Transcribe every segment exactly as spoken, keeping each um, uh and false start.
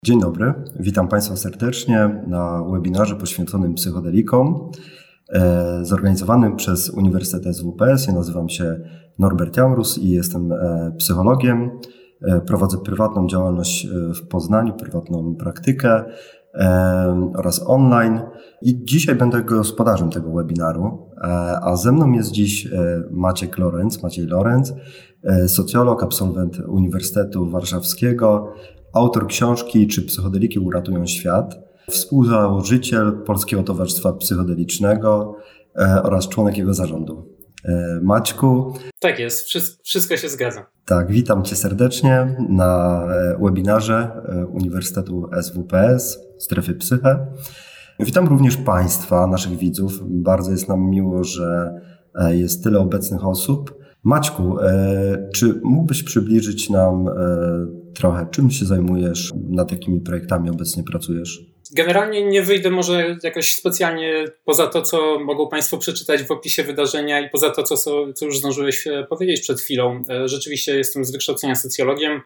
Dzień dobry, witam Państwa serdecznie na webinarze poświęconym psychodelikom, zorganizowanym przez Uniwersytet S W P S. Ja nazywam się Norbert Jamrus i jestem psychologiem. Prowadzę prywatną działalność w Poznaniu, prywatną praktykę oraz online i dzisiaj będę gospodarzem tego webinaru, a ze mną jest dziś Maciek Lorenz, Maciej Lorenz, socjolog, absolwent Uniwersytetu Warszawskiego, autor książki Czy psychodeliki uratują świat, współzałożyciel Polskiego Towarzystwa Psychodelicznego oraz członek jego zarządu. Maćku. Tak jest, wszystko, wszystko się zgadza. Tak, witam Cię serdecznie na webinarze Uniwersytetu S W P S, Strefy Psyche. Witam również Państwa, naszych widzów. Bardzo jest nam miło, że jest tyle obecnych osób. Maćku, czy mógłbyś przybliżyć nam trochę, czym się zajmujesz, nad jakimi projektami obecnie pracujesz? Generalnie nie wyjdę może jakoś specjalnie poza to, co mogą Państwo przeczytać w opisie wydarzenia i poza to, co, co już zdążyłeś powiedzieć przed chwilą. Rzeczywiście jestem z wykształcenia socjologiem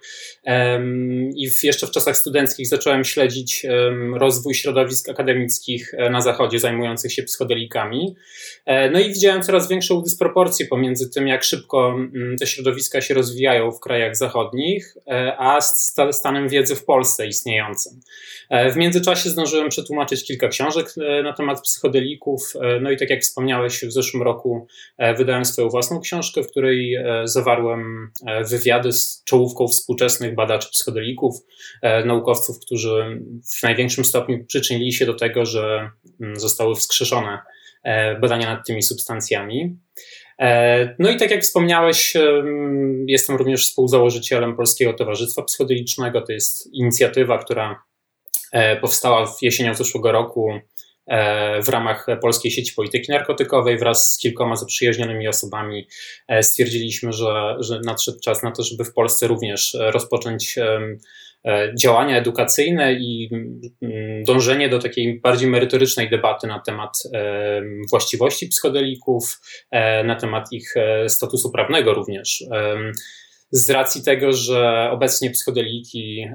i w, jeszcze w czasach studenckich zacząłem śledzić rozwój środowisk akademickich na Zachodzie zajmujących się psychodelikami. No i widziałem coraz większą dysproporcję pomiędzy tym, jak szybko te środowiska się rozwijają w krajach zachodnich, a stanem wiedzy w Polsce istniejącym. W międzyczasie zdążyłem przetłumaczyć kilka książek na temat psychodelików, no i tak jak wspomniałeś, w zeszłym roku wydałem swoją własną książkę, w której zawarłem wywiady z czołówką współczesnych badaczy psychodelików, naukowców, którzy w największym stopniu przyczynili się do tego, że zostały wskrzeszone badania nad tymi substancjami. No i tak jak wspomniałeś, jestem również współzałożycielem Polskiego Towarzystwa Psychodelicznego. To jest inicjatywa, która powstała w jesienią zeszłego roku w ramach Polskiej Sieci Polityki Narkotykowej. Wraz z kilkoma zaprzyjaźnionymi osobami stwierdziliśmy, że, że nadszedł czas na to, żeby w Polsce również rozpocząć działania edukacyjne i dążenie do takiej bardziej merytorycznej debaty na temat właściwości psychodelików, na temat ich statusu prawnego również. Z racji tego, że obecnie psychodeliki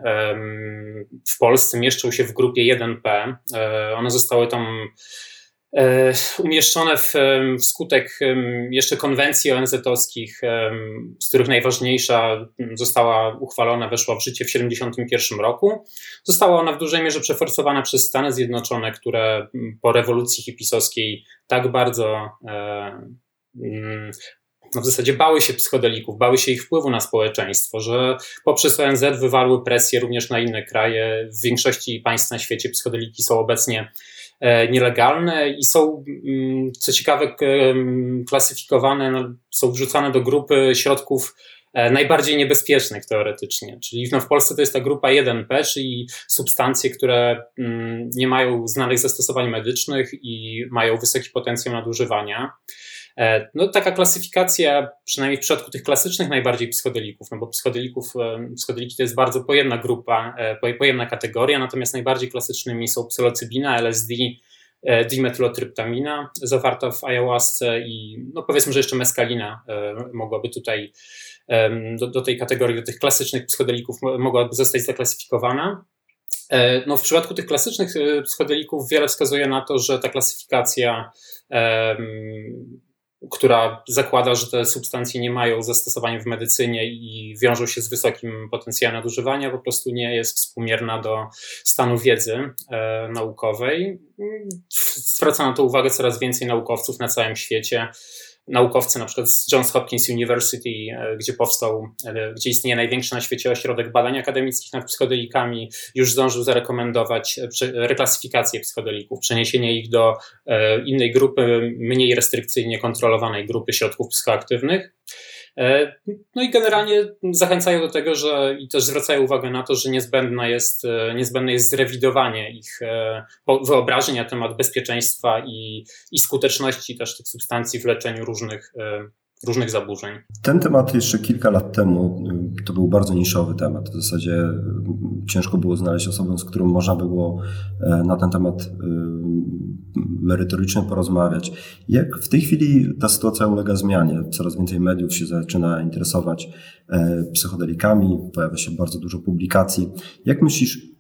w Polsce mieszczą się w grupie jeden P, one zostały tam umieszczone w, wskutek jeszcze konwencji O N Z-owskich, z których najważniejsza została uchwalona, weszła w życie w tysiąc dziewięćset siedemdziesiątym pierwszym roku. Została ona w dużej mierze przeforsowana przez Stany Zjednoczone, które po rewolucji hipisowskiej tak bardzo no w zasadzie bały się psychodelików, bały się ich wpływu na społeczeństwo, że poprzez O N Z wywarły presję również na inne kraje. W większości państw na świecie psychodeliki są obecnie nielegalne i są, co ciekawe, klasyfikowane, są wrzucane do grupy środków najbardziej niebezpiecznych teoretycznie. Czyli no w Polsce to jest ta grupa jeden P, czyli substancje, które nie mają znanych zastosowań medycznych i mają wysoki potencjał nadużywania. No taka klasyfikacja, przynajmniej w przypadku tych klasycznych najbardziej psychodelików, no bo psychodelików, psychodeliki to jest bardzo pojemna grupa, pojemna kategoria, natomiast najbardziej klasycznymi są psylocybina, L S D, dimetylotryptamina zawarta w ayahuasce i no powiedzmy, że jeszcze meskalina mogłaby tutaj do, do tej kategorii, do tych klasycznych psychodelików mogłaby zostać zaklasyfikowana. No w przypadku tych klasycznych psychodelików wiele wskazuje na to, że ta klasyfikacja która zakłada, że te substancje nie mają zastosowania w medycynie i wiążą się z wysokim potencjałem nadużywania, po prostu nie jest współmierna do stanu wiedzy e, naukowej. Zwraca na to uwagę coraz więcej naukowców na całym świecie. Naukowcy na przykład z Johns Hopkins University, gdzie powstał, gdzie istnieje największy na świecie ośrodek badań akademickich nad psychodelikami, już zdążył zarekomendować reklasyfikację psychodelików, przeniesienie ich do innej grupy, mniej restrykcyjnie kontrolowanej grupy środków psychoaktywnych. No i generalnie zachęcają do tego, że i też zwracają uwagę na to, że niezbędne jest, niezbędne jest zrewidowanie ich wyobrażeń na temat bezpieczeństwa i, i skuteczności też tych substancji w leczeniu różnych, różnych zaburzeń. Ten temat jeszcze kilka lat temu to był bardzo niszowy temat. W zasadzie ciężko było znaleźć osobę, z którą można by było na ten temat merytorycznie porozmawiać. Jak w tej chwili ta sytuacja ulega zmianie? Coraz więcej mediów się zaczyna interesować psychodelikami, pojawia się bardzo dużo publikacji. Jak myślisz,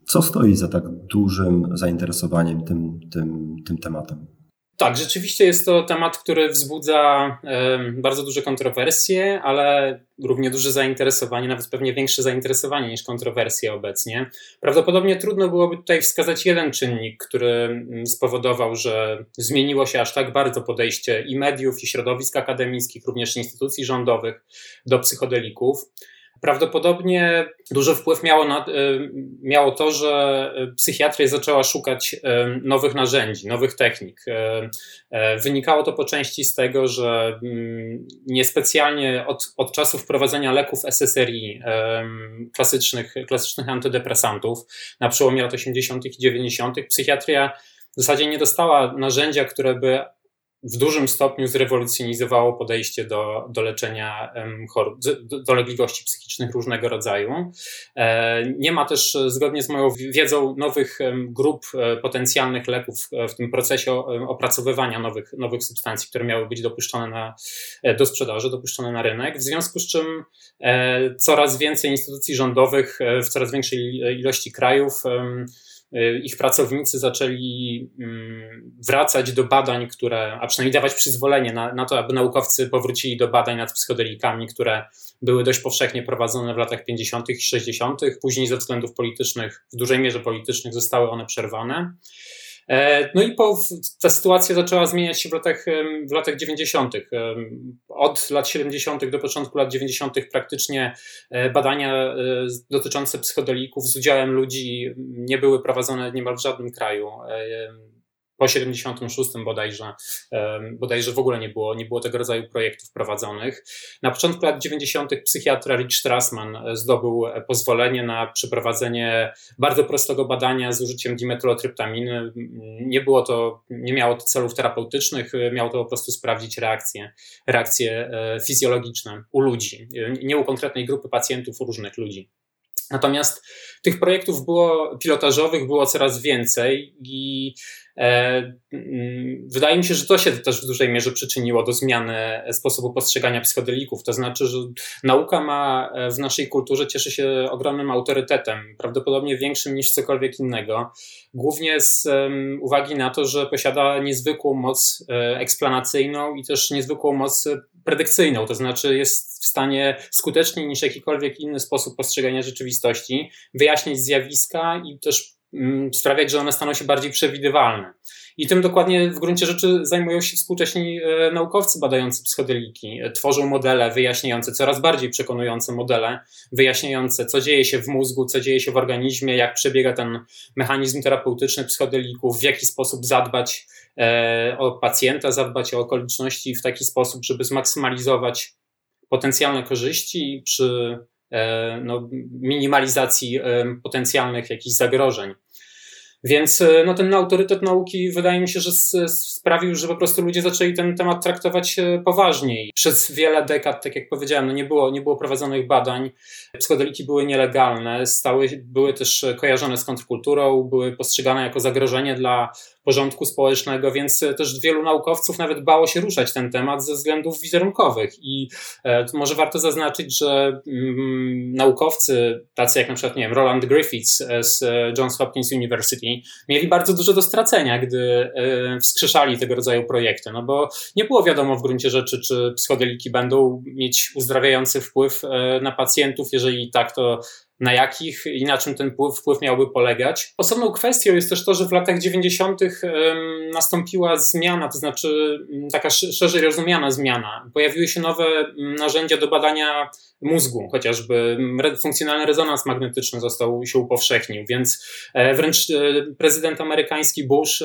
Co stoi za tak dużym zainteresowaniem tym, tym, tym tematem? Tak, rzeczywiście jest to temat, który wzbudza bardzo duże kontrowersje, ale równie duże zainteresowanie, nawet pewnie większe zainteresowanie niż kontrowersje obecnie. Prawdopodobnie trudno byłoby tutaj wskazać jeden czynnik, który spowodował, że zmieniło się aż tak bardzo podejście i mediów, i środowisk akademickich, również instytucji rządowych do psychodelików. Prawdopodobnie duży wpływ miało, na, miało to, że psychiatria zaczęła szukać nowych narzędzi, nowych technik. Wynikało to po części z tego, że niespecjalnie od, od czasu wprowadzenia leków S S R I, klasycznych, klasycznych antydepresantów, na przełomie lat osiemdziesiątych i dziewięćdziesiątych, psychiatria w zasadzie nie dostała narzędzia, które by w dużym stopniu zrewolucjonizowało podejście do, do leczenia chorób, dolegliwości psychicznych różnego rodzaju. Nie ma też, zgodnie z moją wiedzą, nowych grup potencjalnych leków w tym procesie opracowywania nowych, nowych substancji, które miały być dopuszczone na, do sprzedaży, dopuszczone na rynek, w związku z czym coraz więcej instytucji rządowych w coraz większej ilości krajów, ich pracownicy zaczęli wracać do badań, które, a przynajmniej dawać przyzwolenie na, na to, aby naukowcy powrócili do badań nad psychodelikami, które były dość powszechnie prowadzone w latach pięćdziesiątych i sześćdziesiątych. Później ze względów politycznych, w dużej mierze politycznych, zostały one przerwane. No i po, ta sytuacja zaczęła zmieniać się w latach, w latach dziewięćdziesiątych. Od lat siedemdziesiątych do początku lat dziewięćdziesiątych praktycznie badania dotyczące psychodelików z udziałem ludzi nie były prowadzone niemal w żadnym kraju. Po siedemdziesiątym szóstym bodajże, bodajże w ogóle nie było, nie było tego rodzaju projektów prowadzonych. Na początku lat dziewięćdziesiątych psychiatra Rich Strassman zdobył pozwolenie na przeprowadzenie bardzo prostego badania z użyciem dimetylotryptaminy. Nie było to, nie miało to celów terapeutycznych, miało to po prostu sprawdzić reakcje, reakcje fizjologiczne u ludzi, nie u konkretnej grupy pacjentów, u różnych ludzi. Natomiast tych projektów było pilotażowych, było coraz więcej i e, wydaje mi się, że to się też w dużej mierze przyczyniło do zmiany sposobu postrzegania psychodelików. To znaczy, że nauka ma w naszej kulturze, cieszy się ogromnym autorytetem, prawdopodobnie większym niż cokolwiek innego. Głównie z um, uwagi na to, że posiada niezwykłą moc e, eksplanacyjną i też niezwykłą moc predykcyjną, to znaczy jest w stanie skuteczniej niż jakikolwiek inny sposób postrzegania rzeczywistości wyjaśnić zjawiska i też mm, sprawiać, że one staną się bardziej przewidywalne. I tym dokładnie w gruncie rzeczy zajmują się współcześni e, naukowcy badający psychodeliki. E, tworzą modele wyjaśniające, coraz bardziej przekonujące modele wyjaśniające, co dzieje się w mózgu, co dzieje się w organizmie, jak przebiega ten mechanizm terapeutyczny psychodelików, w jaki sposób zadbać e, o pacjenta, zadbać o okoliczności w taki sposób, żeby zmaksymalizować potencjalne korzyści przy e, no, minimalizacji e, potencjalnych jakichś zagrożeń. Więc no, ten autorytet nauki wydaje mi się, że sprawił, że po prostu ludzie zaczęli ten temat traktować poważniej. Przez wiele dekad, tak jak powiedziałem, no nie było, nie było prowadzonych badań, psychodeliki były nielegalne, stały, były też kojarzone z kontrkulturą, były postrzegane jako zagrożenie dla porządku społecznego, więc też wielu naukowców nawet bało się ruszać ten temat ze względów wizerunkowych. I e, może warto zaznaczyć, że mm, naukowcy, tacy jak na przykład, nie wiem, Roland Griffiths z Johns Hopkins University, mieli bardzo dużo do stracenia, gdy e, wskrzeszali tego rodzaju projekty, no bo nie było wiadomo w gruncie rzeczy, czy psychodeliki będą mieć uzdrawiający wpływ e, na pacjentów, jeżeli tak, to na jakich i na czym ten wpływ miałby polegać. Osobną kwestią jest też to, że w latach dziewięćdziesiątych nastąpiła zmiana, to znaczy taka szerzej rozumiana zmiana. Pojawiły się nowe narzędzia do badania mózgu, chociażby funkcjonalny rezonans magnetyczny został się upowszechnił, więc wręcz prezydent amerykański Bush,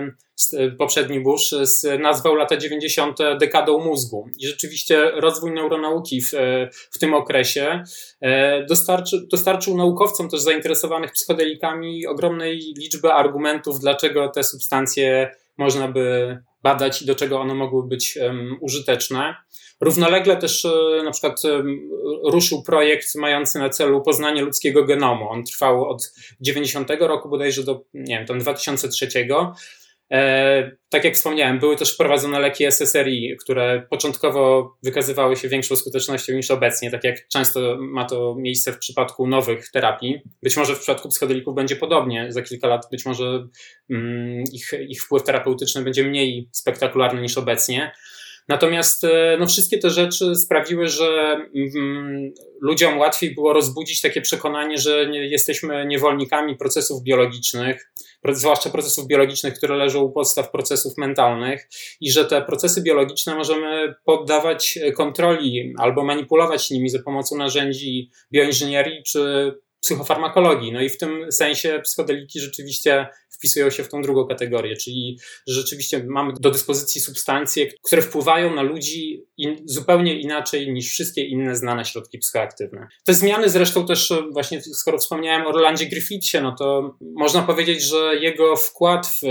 poprzedni Bush, nazwał lata dziewięćdziesiąte dekadą mózgu. I rzeczywiście rozwój neuronauki w, w tym okresie dostarczy, dostarczył naukowcom też zainteresowanych psychodelikami ogromnej liczby argumentów, dlaczego te substancje można by badać i do czego one mogły być um, użyteczne. Równolegle też na przykład ruszył projekt mający na celu poznanie ludzkiego genomu. On trwał od dziewięćdziesiątego roku bodajże do, nie wiem, tam dwa tysiące trzeciego. Tak jak wspomniałem, były też wprowadzone leki S S R I, które początkowo wykazywały się większą skutecznością niż obecnie, tak jak często ma to miejsce w przypadku nowych terapii. Być może w przypadku psychodelików będzie podobnie. Za kilka lat być może mm, ich, ich wpływ terapeutyczny będzie mniej spektakularny niż obecnie. Natomiast no, wszystkie te rzeczy sprawiły, że mm, ludziom łatwiej było rozbudzić takie przekonanie, że nie, jesteśmy niewolnikami procesów biologicznych, zwłaszcza procesów biologicznych, które leżą u podstaw procesów mentalnych i że te procesy biologiczne możemy poddawać kontroli albo manipulować nimi za pomocą narzędzi bioinżynierii czy psychofarmakologii. No i w tym sensie psychodeliki rzeczywiście wpisują się w tą drugą kategorię, czyli że rzeczywiście mamy do dyspozycji substancje, które wpływają na ludzi in, zupełnie inaczej niż wszystkie inne znane środki psychoaktywne. Te zmiany zresztą też właśnie, skoro wspomniałem o Rolandzie Griffithsie, no to można powiedzieć, że jego wkład w,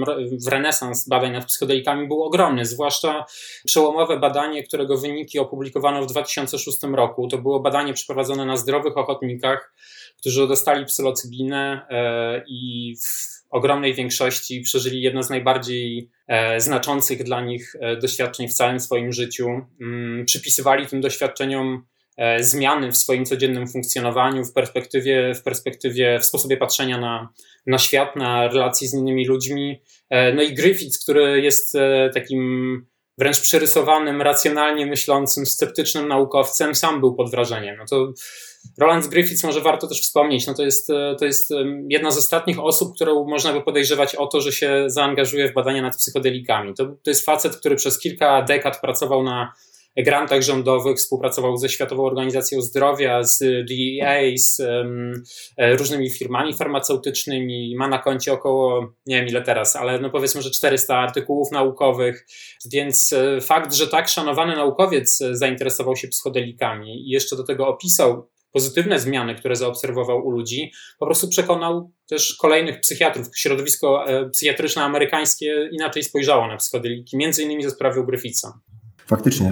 w renesans badań nad psychodelikami był ogromny, zwłaszcza przełomowe badanie, którego wyniki opublikowano w dwa tysiące szóstym roku. To było badanie przeprowadzone na zdrowych ochotnikach, którzy dostali psylocybinę e, i w ogromnej większości przeżyli jedno z najbardziej e, znaczących dla nich e, doświadczeń w całym swoim życiu. Mm, przypisywali tym doświadczeniom e, zmiany w swoim codziennym funkcjonowaniu, w perspektywie, w perspektywie, w sposobie patrzenia na, na świat, na relacje z innymi ludźmi. E, no i Griffiths, który jest e, takim wręcz przerysowanym, racjonalnie myślącym, sceptycznym naukowcem, sam był pod wrażeniem. No to Roland Griffiths może warto też wspomnieć, no to jest, to jest jedna z ostatnich osób, którą można by podejrzewać o to, że się zaangażuje w badania nad psychodelikami. To, to jest facet, który przez kilka dekad pracował na grantach rządowych, współpracował ze Światową Organizacją Zdrowia, z D E A, z um, różnymi firmami farmaceutycznymi, ma na koncie około, nie wiem ile teraz, ale no powiedzmy, że czterysta artykułów naukowych, więc fakt, że tak szanowany naukowiec zainteresował się psychodelikami i jeszcze do tego opisał pozytywne zmiany, które zaobserwował u ludzi, po prostu przekonał też kolejnych psychiatrów. Środowisko psychiatryczne amerykańskie inaczej spojrzało na psychodeliki, między innymi ze sprawy Griffithsa. Faktycznie,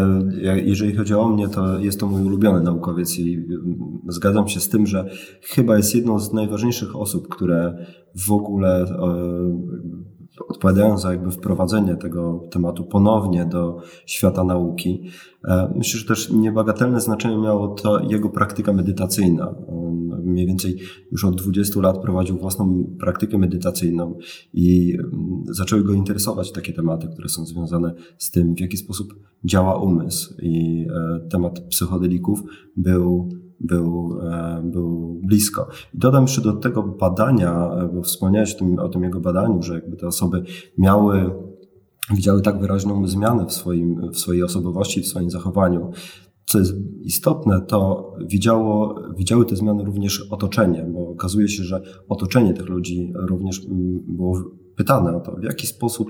jeżeli chodzi o mnie, to jest to mój ulubiony naukowiec i zgadzam się z tym, że chyba jest jedną z najważniejszych osób, które w ogóle odpowiadają za jakby wprowadzenie tego tematu ponownie do świata nauki. Myślę, że też niebagatelne znaczenie miało to jego praktyka medytacyjna. On mniej więcej już od dwudziestu lat prowadził własną praktykę medytacyjną i zaczęły go interesować takie tematy, które są związane z tym, w jaki sposób działa umysł. I temat psychodelików był Był, był blisko. I dodam jeszcze do tego badania, bo wspomniałeś o tym, o tym jego badaniu, że jakby te osoby miały, widziały tak wyraźną zmianę w swoim, w swojej osobowości, w swoim zachowaniu. Co jest istotne, to widziało, widziały te zmiany również otoczenie, bo okazuje się, że otoczenie tych ludzi również było pytane o to, w jaki sposób,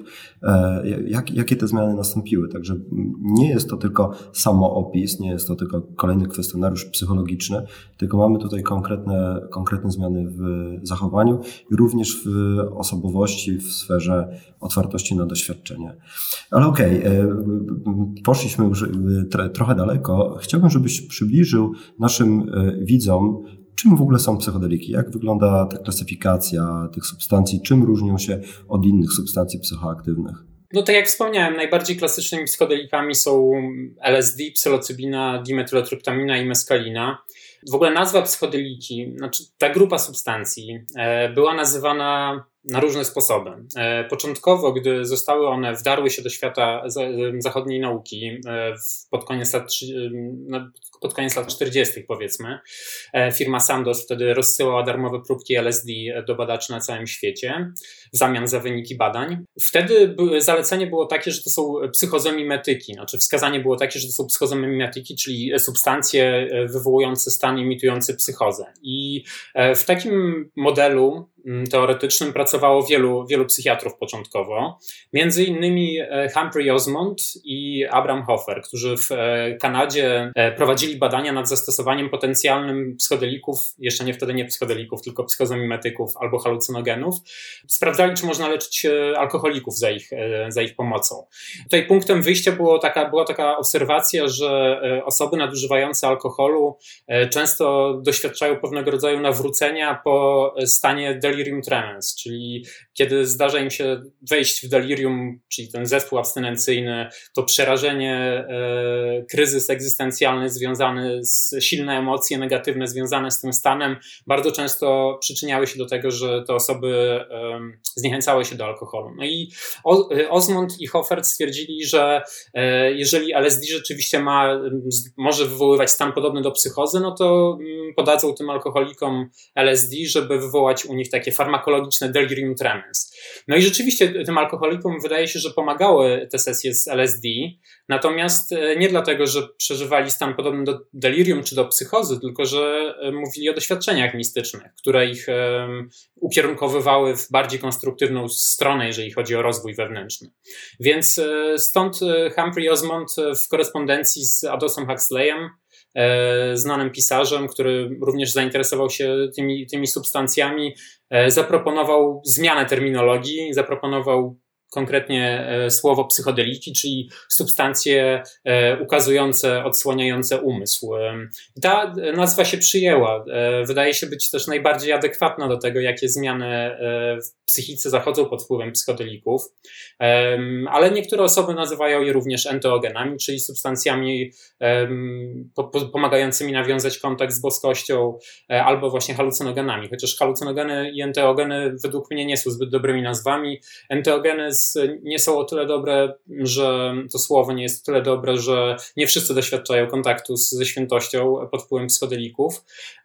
jak, jakie te zmiany nastąpiły. Także nie jest to tylko samoopis, nie jest to tylko kolejny kwestionariusz psychologiczny, tylko mamy tutaj konkretne, konkretne zmiany w zachowaniu i również w osobowości, w sferze otwartości na doświadczenie. Ale okej, okay, poszliśmy już trochę daleko. Chciałbym, żebyś przybliżył naszym widzom, czym w ogóle są psychodeliki? Jak wygląda ta klasyfikacja tych substancji? Czym różnią się od innych substancji psychoaktywnych? No tak jak wspomniałem, najbardziej klasycznymi psychodelikami są L S D, psylocybina, dimetylotryptamina i meskalina. W ogóle nazwa psychodeliki, znaczy ta grupa substancji była nazywana na różne sposoby. Początkowo, gdy zostały one, wdarły się do świata zachodniej nauki pod koniec lat, pod koniec lat czterdziestych powiedzmy, firma Sandoz wtedy rozsyłała darmowe próbki L S D do badaczy na całym świecie w zamian za wyniki badań. Wtedy zalecenie było takie, że to są psychozomimetyki, znaczy wskazanie było takie, że to są psychozomimetyki, czyli substancje wywołujące stan imitujący psychozę. I w takim modelu teoretycznym pracowało wielu, wielu psychiatrów początkowo, między innymi Humphrey Osmond i Abraham Hoffer, którzy w Kanadzie prowadzili badania nad zastosowaniem potencjalnym psychodelików, jeszcze nie wtedy nie psychodelików, tylko psychozomimetyków albo halucynogenów. Sprawdzali, czy można leczyć alkoholików za ich, za ich pomocą. Tutaj punktem wyjścia było taka, była taka obserwacja, że osoby nadużywające alkoholu często doświadczają pewnego rodzaju nawrócenia po stanie delirów delirium tremens, czyli kiedy zdarza im się wejść w delirium, czyli ten zespół abstynencyjny, to przerażenie, kryzys egzystencjalny związany z silne emocje negatywne związane z tym stanem bardzo często przyczyniały się do tego, że te osoby zniechęcały się do alkoholu. No i Osmond i Hoffert stwierdzili, że jeżeli L S D rzeczywiście ma, może wywoływać stan podobny do psychozy, no to podadzą tym alkoholikom L S D, żeby wywołać u nich takie farmakologiczne delirium tremens. No i rzeczywiście tym alkoholikom wydaje się, że pomagały te sesje z L S D, natomiast nie dlatego, że przeżywali stan podobny do delirium czy do psychozy, tylko że mówili o doświadczeniach mistycznych, które ich um, ukierunkowywały w bardziej konstruktywną stronę, jeżeli chodzi o rozwój wewnętrzny. Więc stąd Humphrey Osmond w korespondencji z Aldosem Huxleyem, znanym pisarzem, który również zainteresował się tymi, tymi substancjami, zaproponował zmianę terminologii, zaproponował konkretnie słowo psychodeliki, czyli substancje ukazujące, odsłaniające umysł. Ta nazwa się przyjęła. Wydaje się być też najbardziej adekwatna do tego, jakie zmiany w psychice zachodzą pod wpływem psychodelików, ale niektóre osoby nazywają je również enteogenami, czyli substancjami pomagającymi nawiązać kontakt z boskością, albo właśnie halucynogenami, chociaż halucynogeny i enteogeny według mnie nie są zbyt dobrymi nazwami. Enteogeny nie są o tyle dobre, że to słowo nie jest o tyle dobre, że nie wszyscy doświadczają kontaktu z, ze świętością pod wpływem psychodelików,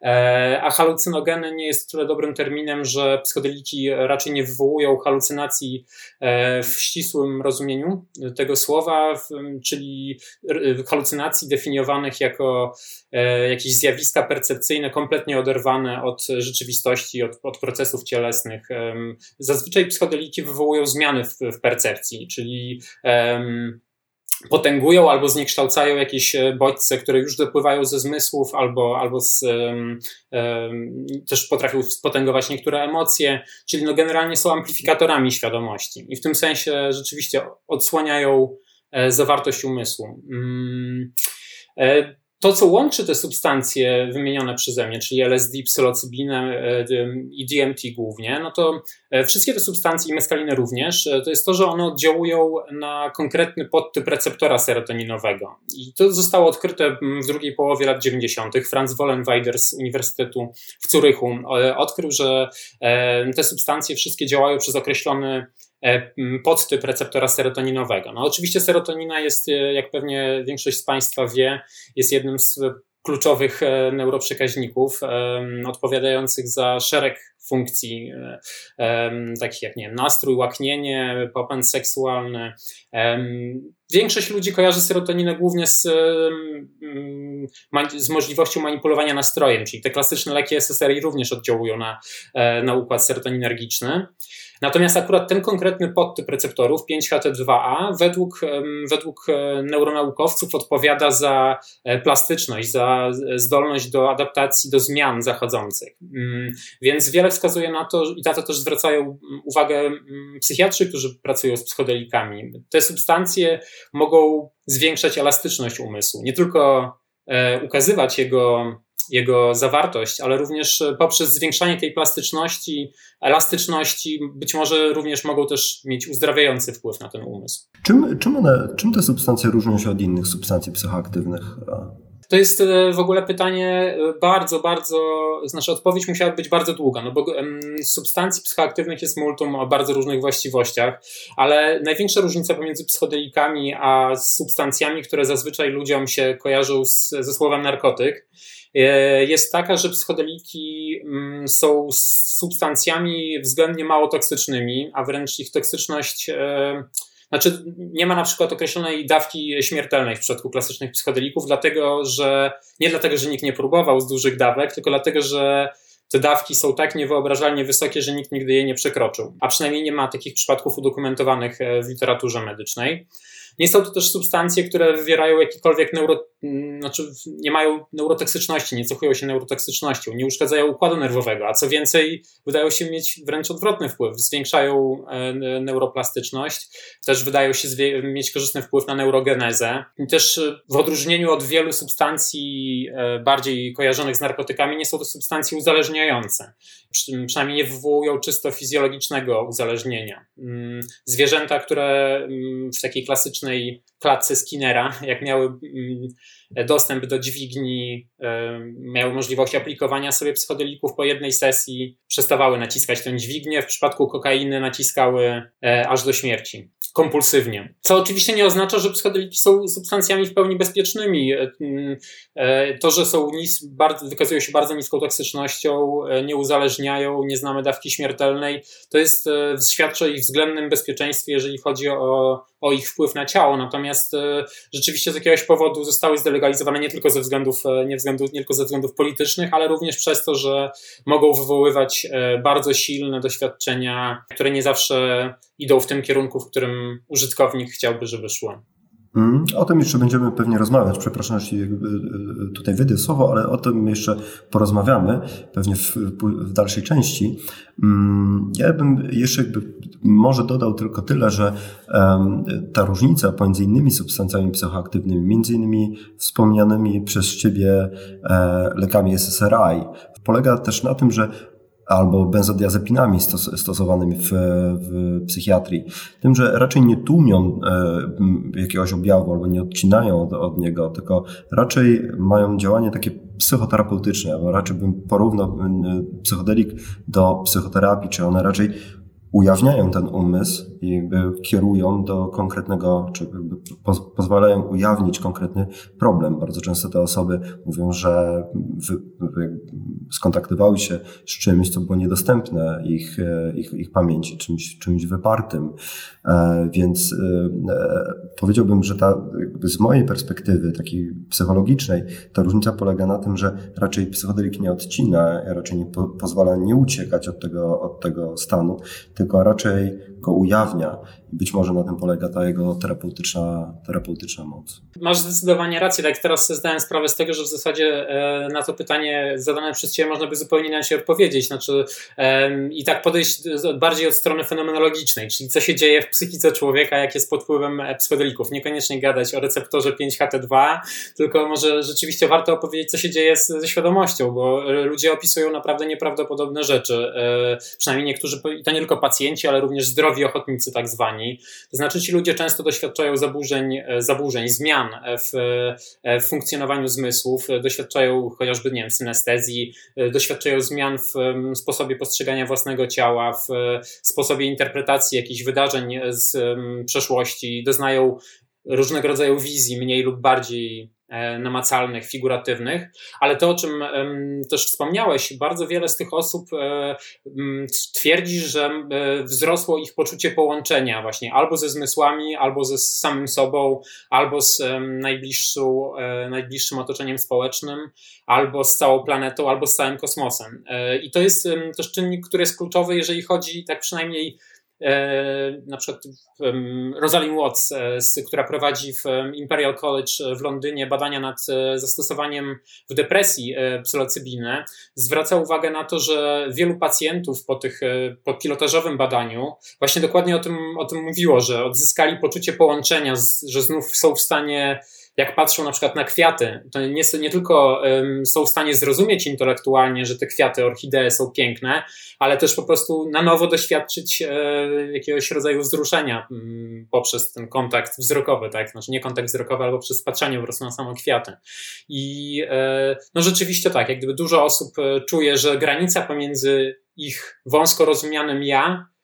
a halucynogeny nie jest o tyle dobrym terminem, że psychodeliki raczej nie wywołują halucynacji w ścisłym rozumieniu tego słowa, czyli halucynacji definiowanych jako jakieś zjawiska percepcyjne kompletnie oderwane od rzeczywistości, od, od procesów cielesnych. Zazwyczaj psychodeliki wywołują zmiany w, w percepcji, czyli um, potęgują albo zniekształcają jakieś bodźce, które już dopływają ze zmysłów, albo, albo z, um, um, też potrafią spotęgować niektóre emocje, czyli no generalnie są amplifikatorami świadomości i w tym sensie rzeczywiście odsłaniają e, zawartość umysłu. Um, e, To, co łączy te substancje wymienione przeze mnie, czyli L S D, psylocybinę i D M T głównie, no to wszystkie te substancje i meskalinę również, to jest to, że one oddziałują na konkretny podtyp receptora serotoninowego. I to zostało odkryte w drugiej połowie lat dziewięćdziesiątych. Franz Wollenweider z Uniwersytetu w Zurychu odkrył, że te substancje wszystkie działają przez określony podtyp receptora serotoninowego. No oczywiście serotonina jest, jak pewnie większość z Państwa wie, jest jednym z kluczowych neuroprzekaźników um, odpowiadających za szereg funkcji, um, takich jak nie wiem, nastrój, łaknienie, popęd seksualny. Um, większość ludzi kojarzy serotoninę głównie z, um, z możliwością manipulowania nastrojem, czyli te klasyczne leki S S R I również oddziałują na, na układ serotoninergiczny. Natomiast akurat ten konkretny podtyp receptorów pięć H T dwa A według, według neuronaukowców odpowiada za plastyczność, za zdolność do adaptacji do zmian zachodzących. Więc wiele wskazuje na to, i na to też zwracają uwagę psychiatrzy, którzy pracują z psychodelikami. Te substancje mogą zwiększać elastyczność umysłu, nie tylko ukazywać jego jego zawartość, ale również poprzez zwiększanie tej plastyczności, elastyczności być może również mogą też mieć uzdrawiający wpływ na ten umysł. Czym, czym, one, czym te substancje różnią się od innych substancji psychoaktywnych? To jest w ogóle pytanie bardzo, bardzo, znaczy odpowiedź musiała być bardzo długa, no bo substancji psychoaktywnych jest multum o bardzo różnych właściwościach, ale największa różnica pomiędzy psychodelikami a substancjami, które zazwyczaj ludziom się kojarzą z, ze słowem narkotyk, jest taka, że psychodeliki są substancjami względnie mało toksycznymi, a wręcz ich toksyczność, znaczy nie ma na przykład określonej dawki śmiertelnej w przypadku klasycznych psychodelików, dlatego że, nie dlatego, że nikt nie próbował z dużych dawek, tylko dlatego, że te dawki są tak niewyobrażalnie wysokie, że nikt nigdy jej nie przekroczył, a przynajmniej nie ma takich przypadków udokumentowanych w literaturze medycznej. Nie są to też substancje, które wywierają jakikolwiek neuro, znaczy nie mają neurotoksyczności, nie cechują się neurotoksycznością, nie uszkadzają układu nerwowego, a co więcej wydają się mieć wręcz odwrotny wpływ, zwiększają neuroplastyczność, też wydają się zwie- mieć korzystny wpływ na neurogenezę. I też w odróżnieniu od wielu substancji bardziej kojarzonych z narkotykami nie są to substancje uzależniające, Przy, przynajmniej nie wywołują czysto fizjologicznego uzależnienia. Zwierzęta, które w takiej klasycznej klatce Skinnera, jak miały dostęp do dźwigni, miały możliwość aplikowania sobie psychodelików po jednej sesji, przestawały naciskać tę dźwignię, w przypadku kokainy naciskały aż do śmierci, kompulsywnie. Co oczywiście nie oznacza, że psychodeliki są substancjami w pełni bezpiecznymi. To, że są nis, bardzo, wykazują się bardzo niską toksycznością, nie uzależniają, nie znamy dawki śmiertelnej, to jest, świadczy o ich względnym bezpieczeństwie, jeżeli chodzi o, o ich wpływ na ciało. Natomiast rzeczywiście z jakiegoś powodu zostały zdelegalizowane nie tylko ze względów, nie, względów, nie tylko ze względów politycznych, ale również przez to, że mogą wywoływać bardzo silne doświadczenia, które nie zawsze idą w tym kierunku, w którym użytkownik chciałby, żeby szło. Mm, o tym jeszcze będziemy pewnie rozmawiać. Przepraszam, jeśli tutaj wyjdę słowo, ale o tym jeszcze porozmawiamy pewnie w, w dalszej części. Ja bym jeszcze jakby może dodał tylko tyle, że um, ta różnica pomiędzy innymi substancjami psychoaktywnymi, między innymi wspomnianymi przez Ciebie e, lekami S S R I, polega też na tym, że albo benzodiazepinami stos- stosowanymi w, w psychiatrii. Tym, że raczej nie tłumią e, jakiegoś objawu albo nie odcinają od, od niego, tylko raczej mają działanie takie psychoterapeutyczne, albo raczej bym porównał e, psychodelik do psychoterapii, czy one raczej ujawniają ten umysł i jakby kierują do konkretnego, czy jakby poz- pozwalają ujawnić konkretny problem. Bardzo często te osoby mówią, że wy, wy, skontaktowały się z czymś, co było niedostępne ich, ich, ich pamięci, czymś, czymś wypartym. E, więc e, powiedziałbym, że ta, jakby z mojej perspektywy takiej psychologicznej, ta różnica polega na tym, że raczej psychodelik nie odcina, raczej nie po, pozwala nie uciekać od tego, od tego stanu, tylko raczej go ujawnia i być może na tym polega ta jego terapeutyczna, terapeutyczna moc. Masz zdecydowanie rację, tak teraz sobie zdałem sprawę z tego, że w zasadzie e, na to pytanie zadane przez Ciebie można by zupełnie inaczej odpowiedzieć, znaczy e, i tak podejść bardziej od strony fenomenologicznej, czyli co się dzieje w psychice człowieka, jak jest pod wpływem psychodelików. Niekoniecznie gadać o receptorze pięć H T dwa, tylko może rzeczywiście warto opowiedzieć, co się dzieje z, ze świadomością, bo ludzie opisują naprawdę nieprawdopodobne rzeczy, e, przynajmniej niektórzy, i to nie tylko pacjenci, ale również zdrowi ochotnicy tak zwani. To znaczy ci ludzie często doświadczają zaburzeń, zaburzeń zmian w, w funkcjonowaniu zmysłów, doświadczają chociażby, nie wiem, synestezji, doświadczają zmian w sposobie postrzegania własnego ciała, w sposobie interpretacji jakichś wydarzeń z przeszłości, doznają różnego rodzaju wizji, mniej lub bardziej namacalnych, figuratywnych, ale to, o czym um, też wspomniałeś, bardzo wiele z tych osób um, twierdzi, że um, wzrosło ich poczucie połączenia właśnie albo ze zmysłami, albo ze samym sobą, albo z um, najbliższą, um, najbliższym otoczeniem społecznym, albo z całą planetą, albo z całym kosmosem. Um, I to jest um, też czynnik, który jest kluczowy, jeżeli chodzi tak przynajmniej na przykład Rosalind Watts, która prowadzi w Imperial College w Londynie badania nad zastosowaniem w depresji psylocybiny, zwraca uwagę na to, że wielu pacjentów po tych, po pilotażowym badaniu właśnie dokładnie o tym, o tym mówiło, że odzyskali poczucie połączenia, że znów są w stanie, jak patrzą na przykład na kwiaty, to nie, nie tylko um, są w stanie zrozumieć intelektualnie, że te kwiaty, orchidee są piękne, ale też po prostu na nowo doświadczyć e, jakiegoś rodzaju wzruszenia m, poprzez ten kontakt wzrokowy, tak? Znaczy nie kontakt wzrokowy, ale poprzez patrzenie po prostu na samą kwiaty. I e, no rzeczywiście tak, jak gdyby dużo osób e, czuje, że granica pomiędzy ich wąsko rozumianym ja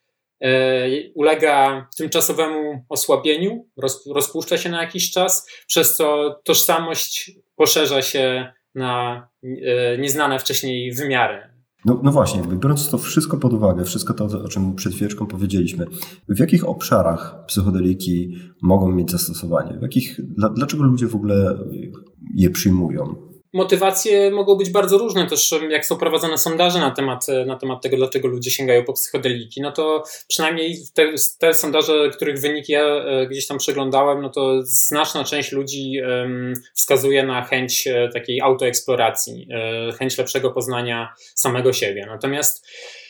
ulega tymczasowemu osłabieniu, rozpuszcza się na jakiś czas, przez co tożsamość poszerza się na nieznane wcześniej wymiary. No, no właśnie, biorąc to wszystko pod uwagę, wszystko to, o czym przed chwileczką powiedzieliśmy, w jakich obszarach psychodeliki mogą mieć zastosowanie? W jakich, dlaczego ludzie w ogóle je przyjmują? motywacje mogą być bardzo różne. Też jak są prowadzone sondaże na temat, na temat tego, dlaczego ludzie sięgają po psychodeliki, no to przynajmniej te, te sondaże, których wyniki ja gdzieś tam przeglądałem, no to znaczna część ludzi um, wskazuje na chęć takiej autoeksploracji, chęć lepszego poznania samego siebie. Natomiast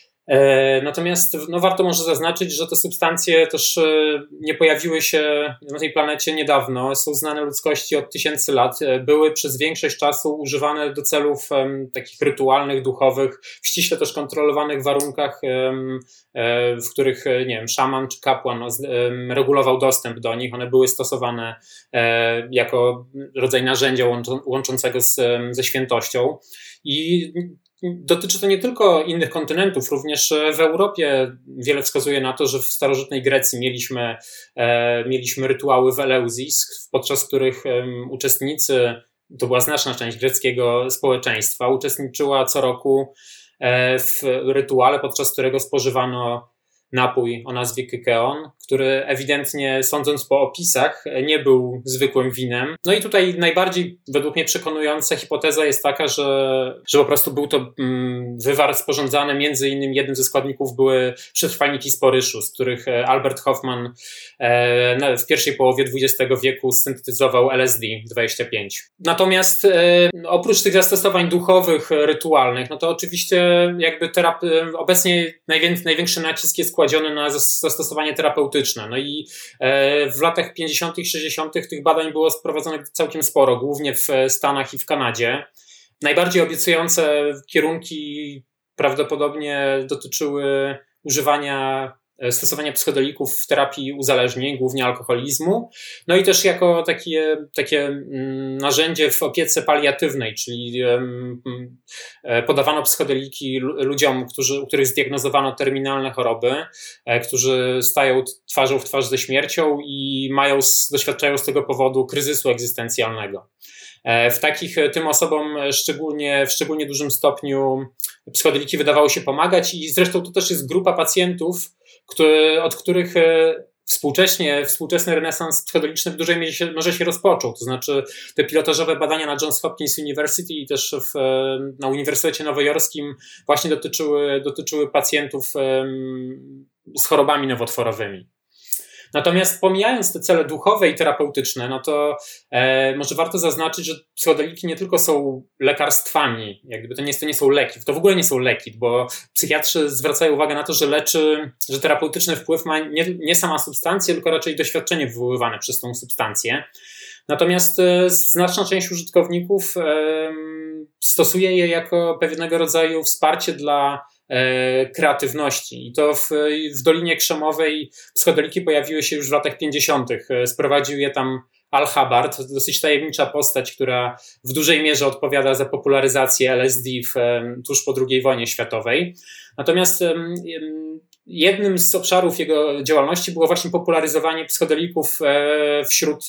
Natomiast no, warto może zaznaczyć, że te substancje też nie pojawiły się na tej planecie niedawno, są znane ludzkości od tysięcy lat, były przez większość czasu używane do celów um, takich rytualnych, duchowych, w ściśle też kontrolowanych warunkach, um, w których, nie wiem, szaman czy kapłan um, regulował dostęp do nich. One były stosowane um, jako rodzaj narzędzia łączą, łączącego z, um, ze świętością i dotyczy to nie tylko innych kontynentów, również w Europie wiele wskazuje na to, że w starożytnej Grecji mieliśmy, e, mieliśmy rytuały w Eleuzis, podczas których e, uczestnicy, to była znaczna część greckiego społeczeństwa, uczestniczyła co roku e, w rytuale, podczas którego spożywano napój o nazwie kykeon, który ewidentnie, sądząc po opisach, nie był zwykłym winem. No i tutaj najbardziej według mnie przekonująca hipoteza jest taka, że, że po prostu był to mm, wywar sporządzany, między innymi jednym ze składników były przetrwalniki z poryszu, z których Albert Hoffman e, w pierwszej połowie dwudziestego wieku syntetyzował L S D dwadzieścia pięć. Natomiast e, oprócz tych zastosowań duchowych, rytualnych, no to oczywiście jakby terap- obecnie najwię- największy nacisk jest kładziony na zastosowanie terapeutyczne. No i w latach pięćdziesiątych, sześćdziesiątych tych badań było sprowadzonych całkiem sporo, głównie w Stanach i w Kanadzie. Najbardziej obiecujące kierunki prawdopodobnie dotyczyły używania stosowania psychodelików w terapii uzależnień, głównie alkoholizmu, no i też jako takie, takie narzędzie w opiece paliatywnej, czyli podawano psychodeliki ludziom, którzy, u których zdiagnozowano terminalne choroby, którzy stają twarzą w twarz ze śmiercią i mają, doświadczają z tego powodu kryzysu egzystencjalnego. W takich tym osobom szczególnie, w szczególnie dużym stopniu psychodeliki wydawało się pomagać i zresztą to też jest grupa pacjentów, który, od których współcześnie, współczesny renesans psychodeliczny w dużej mierze się, może się rozpoczął. To znaczy te pilotażowe badania na Johns Hopkins University i też w, na Uniwersytecie Nowojorskim właśnie dotyczyły, dotyczyły pacjentów um, z chorobami nowotworowymi. Natomiast pomijając te cele duchowe i terapeutyczne, no to e, może warto zaznaczyć, że psychodeliki nie tylko są lekarstwami, jakby to nie, to nie są leki, to w ogóle nie są leki, bo psychiatrzy zwracają uwagę na to, że leczy, że terapeutyczny wpływ ma nie, nie sama substancja, tylko raczej doświadczenie wywoływane przez tą substancję. Natomiast e, znaczna część użytkowników e, stosuje je jako pewnego rodzaju wsparcie dla kreatywności. I to w, w Dolinie Krzemowej psychodeliki pojawiły się już w latach pięćdziesiątych. Sprowadził je tam Al Hubbard, dosyć tajemnicza postać, która w dużej mierze odpowiada za popularyzację L S D w, tuż po drugiej wojnie światowej. Natomiast jednym z obszarów jego działalności było właśnie popularyzowanie psychodelików wśród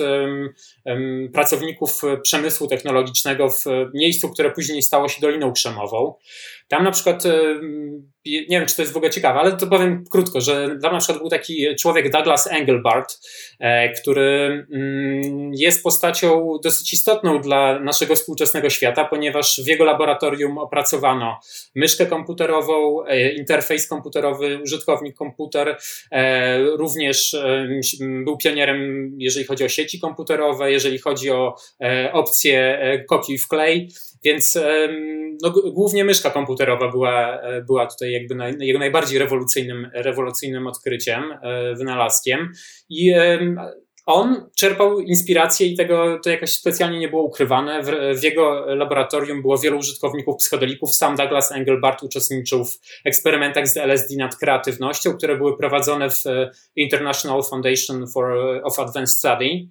pracowników przemysłu technologicznego w miejscu, które później stało się Doliną Krzemową. Tam na przykład, nie wiem, czy to jest w ogóle ciekawe, ale to powiem krótko, że tam na przykład był taki człowiek Douglas Engelbart, który jest postacią dosyć istotną dla naszego współczesnego świata, ponieważ w jego laboratorium opracowano myszkę komputerową, interfejs komputerowy, użytkownik komputer, również był pionierem, jeżeli chodzi o sieci komputerowe, jeżeli chodzi o opcję kopiuj wklej, więc no, głównie myszka komputerowa była, była tutaj jakby na, jego najbardziej rewolucyjnym, rewolucyjnym odkryciem, wynalazkiem i on czerpał inspirację i tego to jakoś specjalnie nie było ukrywane. W, w jego laboratorium było wielu użytkowników psychodelików. Sam Douglas Engelbart uczestniczył w eksperymentach z L S D nad kreatywnością, które były prowadzone w International Foundation for, of Advanced Study.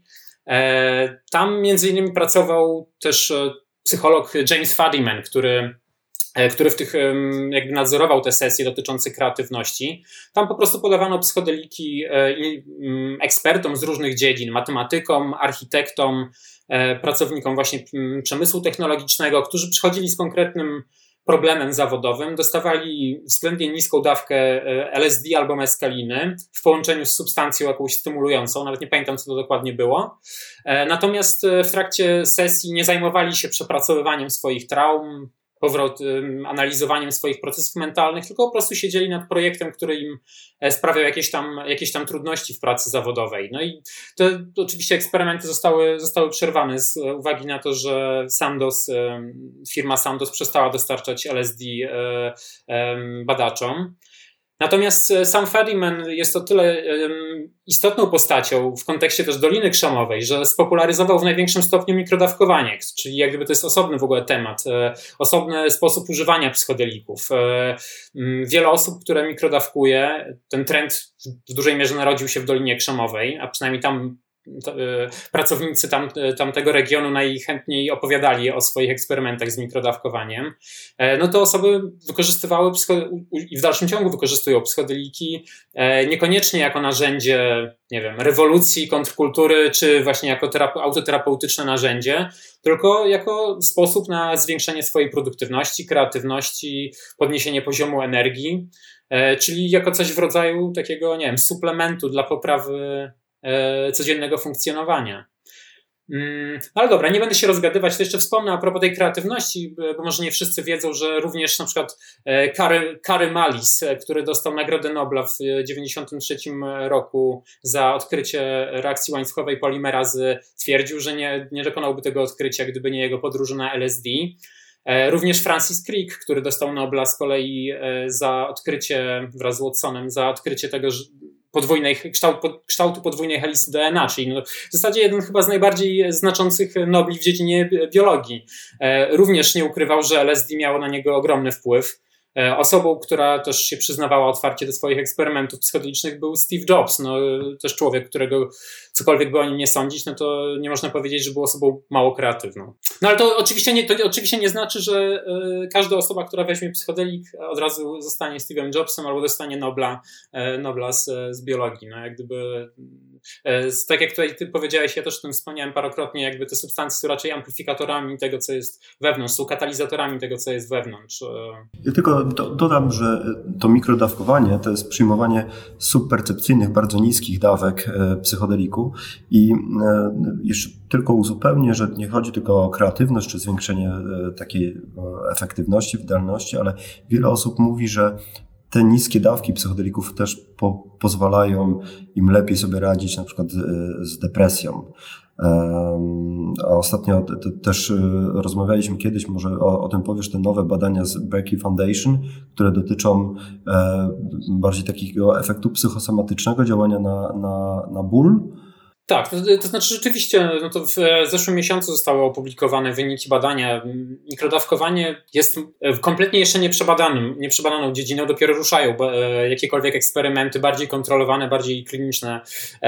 Tam między innymi pracował też psycholog James Fadiman, który który w tych jakby nadzorował te sesje dotyczące kreatywności. Tam po prostu podawano psychodeliki ekspertom z różnych dziedzin, matematykom, architektom, pracownikom właśnie przemysłu technologicznego, którzy przychodzili z konkretnym problemem zawodowym, dostawali względnie niską dawkę L S D albo meskaliny w połączeniu z substancją jakąś stymulującą, nawet nie pamiętam, co to dokładnie było. Natomiast w trakcie sesji nie zajmowali się przepracowywaniem swoich traum, powrót, analizowaniem swoich procesów mentalnych, tylko po prostu siedzieli nad projektem, który im sprawiał jakieś tam, jakieś tam trudności w pracy zawodowej. No i te oczywiście eksperymenty zostały, zostały przerwane z uwagi na to, że Sandoz, firma Sandoz przestała dostarczać L S D badaczom. Natomiast sam Fadiman jest o tyle um, istotną postacią w kontekście też Doliny Krzemowej, że spopularyzował w największym stopniu mikrodawkowanie, czyli jak gdyby to jest osobny w ogóle temat, e, osobny sposób używania psychodelików. E, m, wiele osób, które mikrodawkuje, ten trend w dużej mierze narodził się w Dolinie Krzemowej, a przynajmniej tam pracownicy tam, tamtego regionu najchętniej opowiadali o swoich eksperymentach z mikrodawkowaniem, no to osoby wykorzystywały i w dalszym ciągu wykorzystują psychodeliki niekoniecznie jako narzędzie, nie wiem, rewolucji, kontrkultury, czy właśnie jako terap- autoterapeutyczne narzędzie, tylko jako sposób na zwiększenie swojej produktywności, kreatywności, podniesienie poziomu energii, czyli jako coś w rodzaju takiego, nie wiem, suplementu dla poprawy codziennego funkcjonowania. Ale dobra, nie będę się rozgadywać, to jeszcze wspomnę a propos tej kreatywności, bo może nie wszyscy wiedzą, że również na przykład Kary, Kary Mullis, który dostał Nagrodę Nobla w dziewięćdziesiątym trzecim roku za odkrycie reakcji łańcuchowej polimerazy, twierdził, że nie, nie dokonałby tego odkrycia, gdyby nie jego podróże na L S D. Również Francis Crick, który dostał Nobla z kolei za odkrycie, wraz z Watsonem, za odkrycie tego, że podwójnej, kształt, kształtu podwójnej helisy D N A, czyli no w zasadzie jeden chyba z najbardziej znaczących nobli w dziedzinie biologii. Również nie ukrywał, że L S D miało na niego ogromny wpływ. Osobą, która też się przyznawała otwarcie do swoich eksperymentów psychodelicznych, był Steve Jobs. No, też człowiek, którego cokolwiek by o nim nie sądzić, no to nie można powiedzieć, że był osobą mało kreatywną. No ale to oczywiście nie, to oczywiście nie znaczy, że y, każda osoba, która weźmie psychodelik, od razu zostanie Steve'em Jobsem albo dostanie Nobla, y, Nobla z, z biologii. No, jak gdyby, y, tak jak tutaj ty powiedziałeś, ja też o tym wspomniałem parokrotnie, jakby te substancje są raczej amplifikatorami tego, co jest wewnątrz, są katalizatorami tego, co jest wewnątrz. Ja tylko do, dodam, że to mikrodawkowanie to jest przyjmowanie subpercepcyjnych, bardzo niskich dawek psychodeliku i jeszcze tylko uzupełnię, że nie chodzi tylko o kreatywność czy zwiększenie takiej efektywności, wydolności, ale wiele osób mówi, że te niskie dawki psychodelików też po, pozwalają im lepiej sobie radzić na przykład z depresją. A ostatnio też rozmawialiśmy kiedyś, może o, o tym powiesz, te nowe badania z Berkeley Foundation, które dotyczą bardziej takiego efektu psychosomatycznego działania na, na, na ból. Tak, to, to znaczy rzeczywiście no to w zeszłym miesiącu zostały opublikowane wyniki badania. Mikrodawkowanie jest kompletnie jeszcze nieprzebadanym, nieprzebadaną dziedziną, dopiero ruszają jakiekolwiek eksperymenty bardziej kontrolowane, bardziej kliniczne,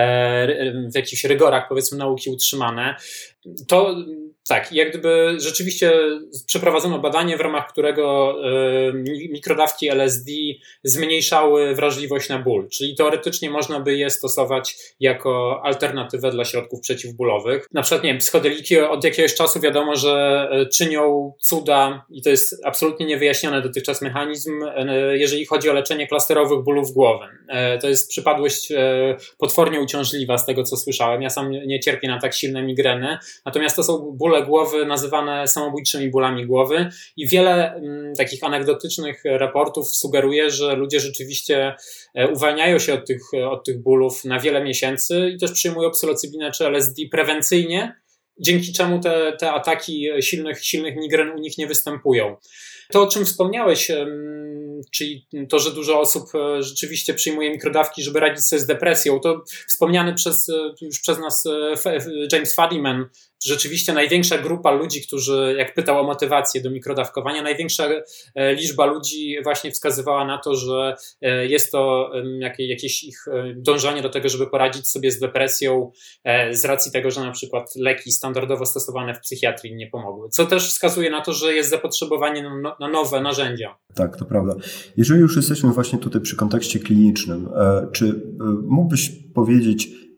w jakichś rygorach powiedzmy nauki utrzymane. To tak, jak gdyby rzeczywiście przeprowadzono badanie, w ramach którego mikrodawki L S D zmniejszały wrażliwość na ból, czyli teoretycznie można by je stosować jako alternatywę dla środków przeciwbólowych. Na przykład, nie wiem, psychodeliki od jakiegoś czasu wiadomo, że czynią cuda i to jest absolutnie niewyjaśniony dotychczas mechanizm, jeżeli chodzi o leczenie klasterowych bólów głowy. To jest przypadłość potwornie uciążliwa z tego, co słyszałem. Ja sam nie cierpię na tak silne migreny, natomiast to są bóle głowy nazywane samobójczymi bólami głowy i wiele m, takich anegdotycznych raportów sugeruje, że ludzie rzeczywiście uwalniają się od tych, od tych bólów na wiele miesięcy i też przyjmują psylocybinę czy L S D prewencyjnie, dzięki czemu te, te ataki silnych, silnych migren u nich nie występują. To, o czym wspomniałeś, czyli to, że dużo osób rzeczywiście przyjmuje mikrodawki, żeby radzić sobie z depresją, to wspomniany przez, już przez nas James Fadiman, rzeczywiście największa grupa ludzi, którzy, jak pytał o motywację do mikrodawkowania, największa liczba ludzi właśnie wskazywała na to, że jest to jakieś ich dążenie do tego, żeby poradzić sobie z depresją z racji tego, że na przykład leki standardowo stosowane w psychiatrii nie pomogły. Co też wskazuje na to, że jest zapotrzebowanie na nowe narzędzia. Tak, to prawda. Jeżeli już jesteśmy właśnie tutaj przy kontekście klinicznym, czy mógłbyś powiedzieć,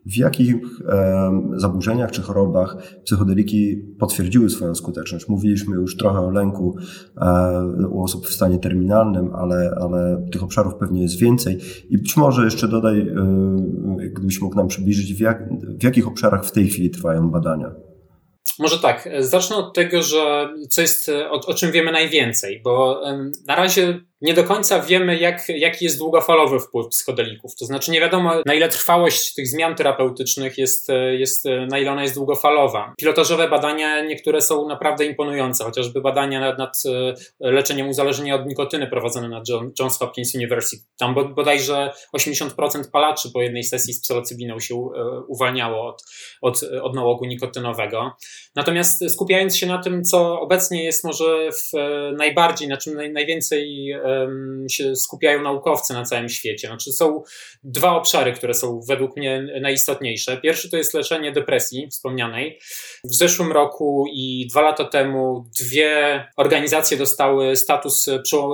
W jakich e, zaburzeniach czy chorobach psychodeliki potwierdziły swoją skuteczność? Mówiliśmy już trochę o lęku e, u osób w stanie terminalnym, ale, ale tych obszarów pewnie jest więcej. I być może jeszcze dodaj, e, gdybyś mógł nam przybliżyć, w, jak, w jakich obszarach w tej chwili trwają badania? Może tak, zacznę od tego, że co jest, o, o czym wiemy najwięcej, bo na razie nie do końca wiemy, jak, jaki jest długofalowy wpływ psychodelików. To znaczy nie wiadomo, na ile trwałość tych zmian terapeutycznych jest, jest na ile ona jest długofalowa. Pilotażowe badania niektóre są naprawdę imponujące, chociażby badania nad, nad leczeniem uzależnienia od nikotyny prowadzone na John, Johns Hopkins University. Tam bodajże osiemdziesiąt procent palaczy po jednej sesji z psylocybiną się uwalniało od, od, od nałogu nikotynowego. Natomiast skupiając się na tym, co obecnie jest może w najbardziej, na czym naj, najwięcej się skupiają naukowcy na całym świecie. Znaczy są dwa obszary, które są według mnie najistotniejsze. Pierwszy to jest leczenie depresji wspomnianej. W zeszłym roku i dwa lata temu dwie organizacje dostały status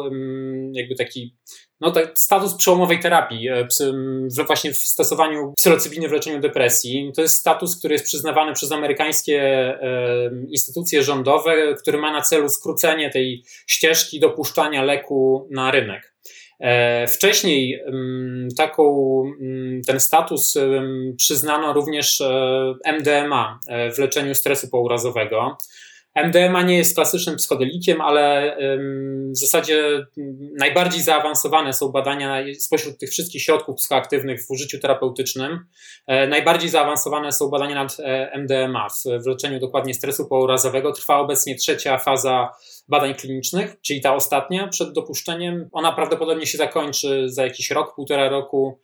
jakby taki No tak, status przełomowej terapii właśnie w stosowaniu psylocybiny w leczeniu depresji. To jest status, który jest przyznawany przez amerykańskie e, instytucje rządowe, który ma na celu skrócenie tej ścieżki dopuszczania leku na rynek. E, wcześniej m, taką, m, ten status m, przyznano również e, M D M A e, w leczeniu stresu pourazowego. M D M A nie jest klasycznym psychodelikiem, ale w zasadzie najbardziej zaawansowane są badania spośród tych wszystkich środków psychoaktywnych w użyciu terapeutycznym. Najbardziej zaawansowane są badania nad M D M A w leczeniu dokładnie stresu pourazowego. Trwa obecnie trzecia faza badań klinicznych, czyli ta ostatnia przed dopuszczeniem. Ona prawdopodobnie się zakończy za jakiś rok, półtora roku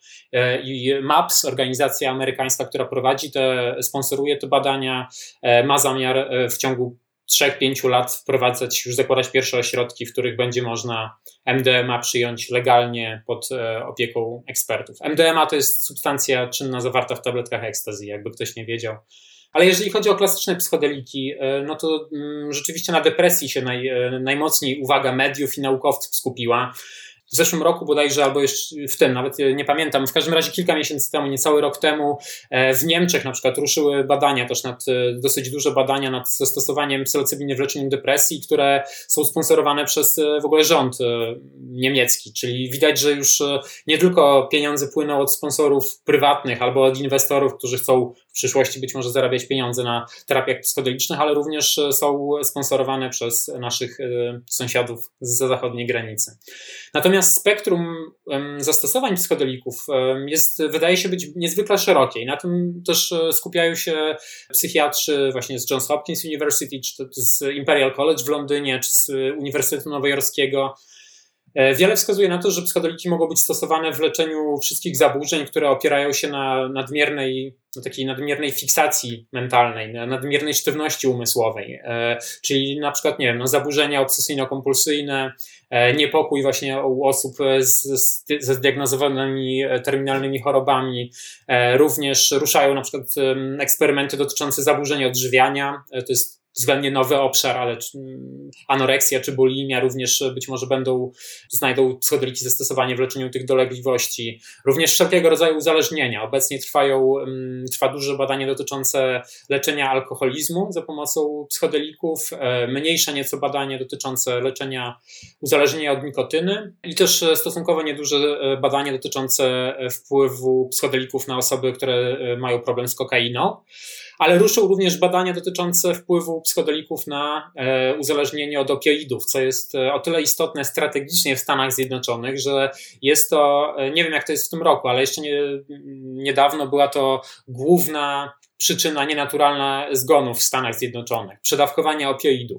i MAPS, organizacja amerykańska, która prowadzi te, sponsoruje te badania, ma zamiar w ciągu trzech pięciu lat wprowadzać, już zakładać pierwsze ośrodki, w których będzie można M D M A przyjąć legalnie pod opieką ekspertów. M D M A to jest substancja czynna zawarta w tabletkach ekstazji, jakby ktoś nie wiedział. Ale jeżeli chodzi o klasyczne psychodeliki, no to mm, rzeczywiście na depresji się naj, najmocniej uwaga mediów i naukowców skupiła. W zeszłym roku bodajże, albo jeszcze w tym, nawet nie pamiętam, w każdym razie kilka miesięcy temu, niecały rok temu w Niemczech na przykład ruszyły badania, też nad, dosyć duże badania nad zastosowaniem psylocybiny w leczeniu depresji, które są sponsorowane przez w ogóle rząd niemiecki, czyli widać, że już nie tylko pieniądze płyną od sponsorów prywatnych albo od inwestorów, którzy chcą w przyszłości być może zarabiać pieniądze na terapiach psychodelicznych, ale również są sponsorowane przez naszych sąsiadów zza zachodniej granicy. Natomiast spektrum um, zastosowań psychodelików um, jest, wydaje się być niezwykle szerokie i na tym też skupiają się psychiatrzy właśnie z Johns Hopkins University, czy z Imperial College w Londynie, czy z Uniwersytetu Nowojorskiego. Wiele wskazuje na to, że psychodeliki mogą być stosowane w leczeniu wszystkich zaburzeń, które opierają się na nadmiernej, na takiej nadmiernej fiksacji mentalnej, na nadmiernej sztywności umysłowej. E, czyli na przykład, nie wiem, no, zaburzenia obsesyjno-kompulsyjne, e, niepokój właśnie u osób z, z, ze zdiagnozowanymi terminalnymi chorobami. E, również ruszają na przykład e, eksperymenty dotyczące zaburzeń odżywiania. E, to jest względnie nowy obszar, ale anoreksja czy bulimia również być może będą, znajdą psychodeliki zastosowanie w leczeniu tych dolegliwości. Również wszelkiego rodzaju uzależnienia. Obecnie trwają, trwa duże badanie dotyczące leczenia alkoholizmu za pomocą psychodelików, mniejsze nieco badanie dotyczące leczenia uzależnienia od nikotyny i też stosunkowo nieduże badanie dotyczące wpływu psychodelików na osoby, które mają problem z kokainą. Ale ruszą również badania dotyczące wpływu psychodelików na e, uzależnienie od opioidów, co jest o tyle istotne strategicznie w Stanach Zjednoczonych, że jest to, nie wiem jak to jest w tym roku, ale jeszcze nie, niedawno była to główna przyczyna nienaturalna zgonów w Stanach Zjednoczonych, przedawkowania opioidów.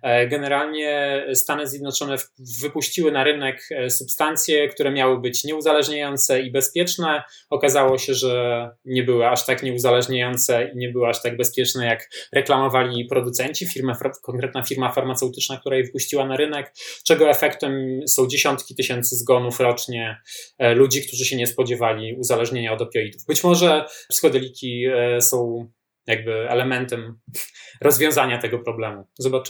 Generalnie Stany Zjednoczone wypuściły na rynek substancje, które miały być nieuzależniające i bezpieczne. Okazało się, że nie były aż tak nieuzależniające i nie były aż tak bezpieczne, jak reklamowali producenci, firma, konkretna firma farmaceutyczna, która je wypuściła na rynek, czego efektem są dziesiątki tysięcy zgonów rocznie ludzi, którzy się nie spodziewali uzależnienia od opioidów. Być może psychodeliki są jakby elementem rozwiązania tego problemu. Zobaczymy.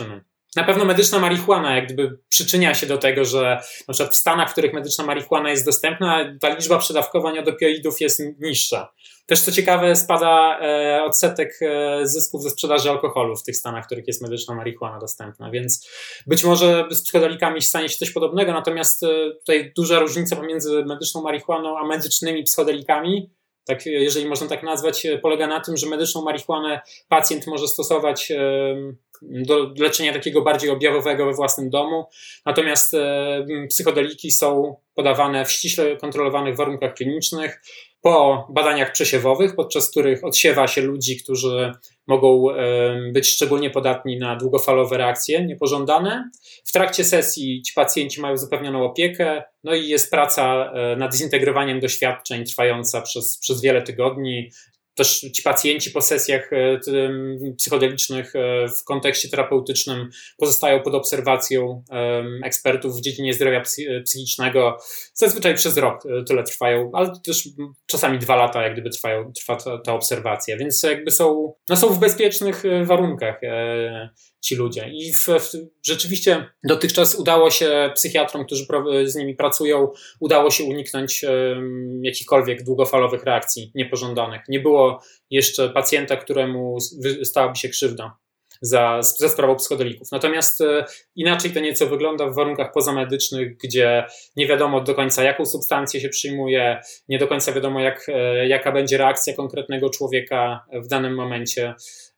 Na pewno medyczna marihuana jak gdyby przyczynia się do tego, że na przykład w Stanach, w których medyczna marihuana jest dostępna, ta liczba przedawkowań od opioidów jest niższa. Też co ciekawe, spada e, odsetek e, zysków ze sprzedaży alkoholu w tych Stanach, w których jest medyczna marihuana dostępna, więc być może z psychodelikami stanie się coś podobnego, natomiast e, tutaj duża różnica pomiędzy medyczną marihuaną a medycznymi psychodelikami, tak, jeżeli można tak nazwać, polega na tym, że medyczną marihuanę pacjent może stosować e, do leczenia takiego bardziej objawowego we własnym domu, natomiast e, psychodeliki są podawane w ściśle kontrolowanych warunkach klinicznych, po badaniach przesiewowych, podczas których odsiewa się ludzi, którzy mogą być szczególnie podatni na długofalowe reakcje niepożądane. W trakcie sesji ci pacjenci mają zapewnioną opiekę, no i jest praca nad zintegrowaniem doświadczeń trwająca przez, przez wiele tygodni. Też ci pacjenci po sesjach psychodelicznych w kontekście terapeutycznym pozostają pod obserwacją ekspertów w dziedzinie zdrowia psychicznego. Zazwyczaj przez rok tyle trwają, ale też czasami dwa lata jak gdyby trwają, trwa ta, ta obserwacja, więc jakby są, no są w bezpiecznych warunkach ci ludzie. I w, w, rzeczywiście dotychczas udało się psychiatrom, którzy z nimi pracują, udało się uniknąć um, jakichkolwiek długofalowych reakcji niepożądanych. Nie było jeszcze pacjenta, któremu stałaby się krzywda za, za sprawą psychodelików. Natomiast e, inaczej to nieco wygląda w warunkach pozamedycznych, gdzie nie wiadomo do końca, jaką substancję się przyjmuje, nie do końca wiadomo, jak, e, jaka będzie reakcja konkretnego człowieka w danym momencie.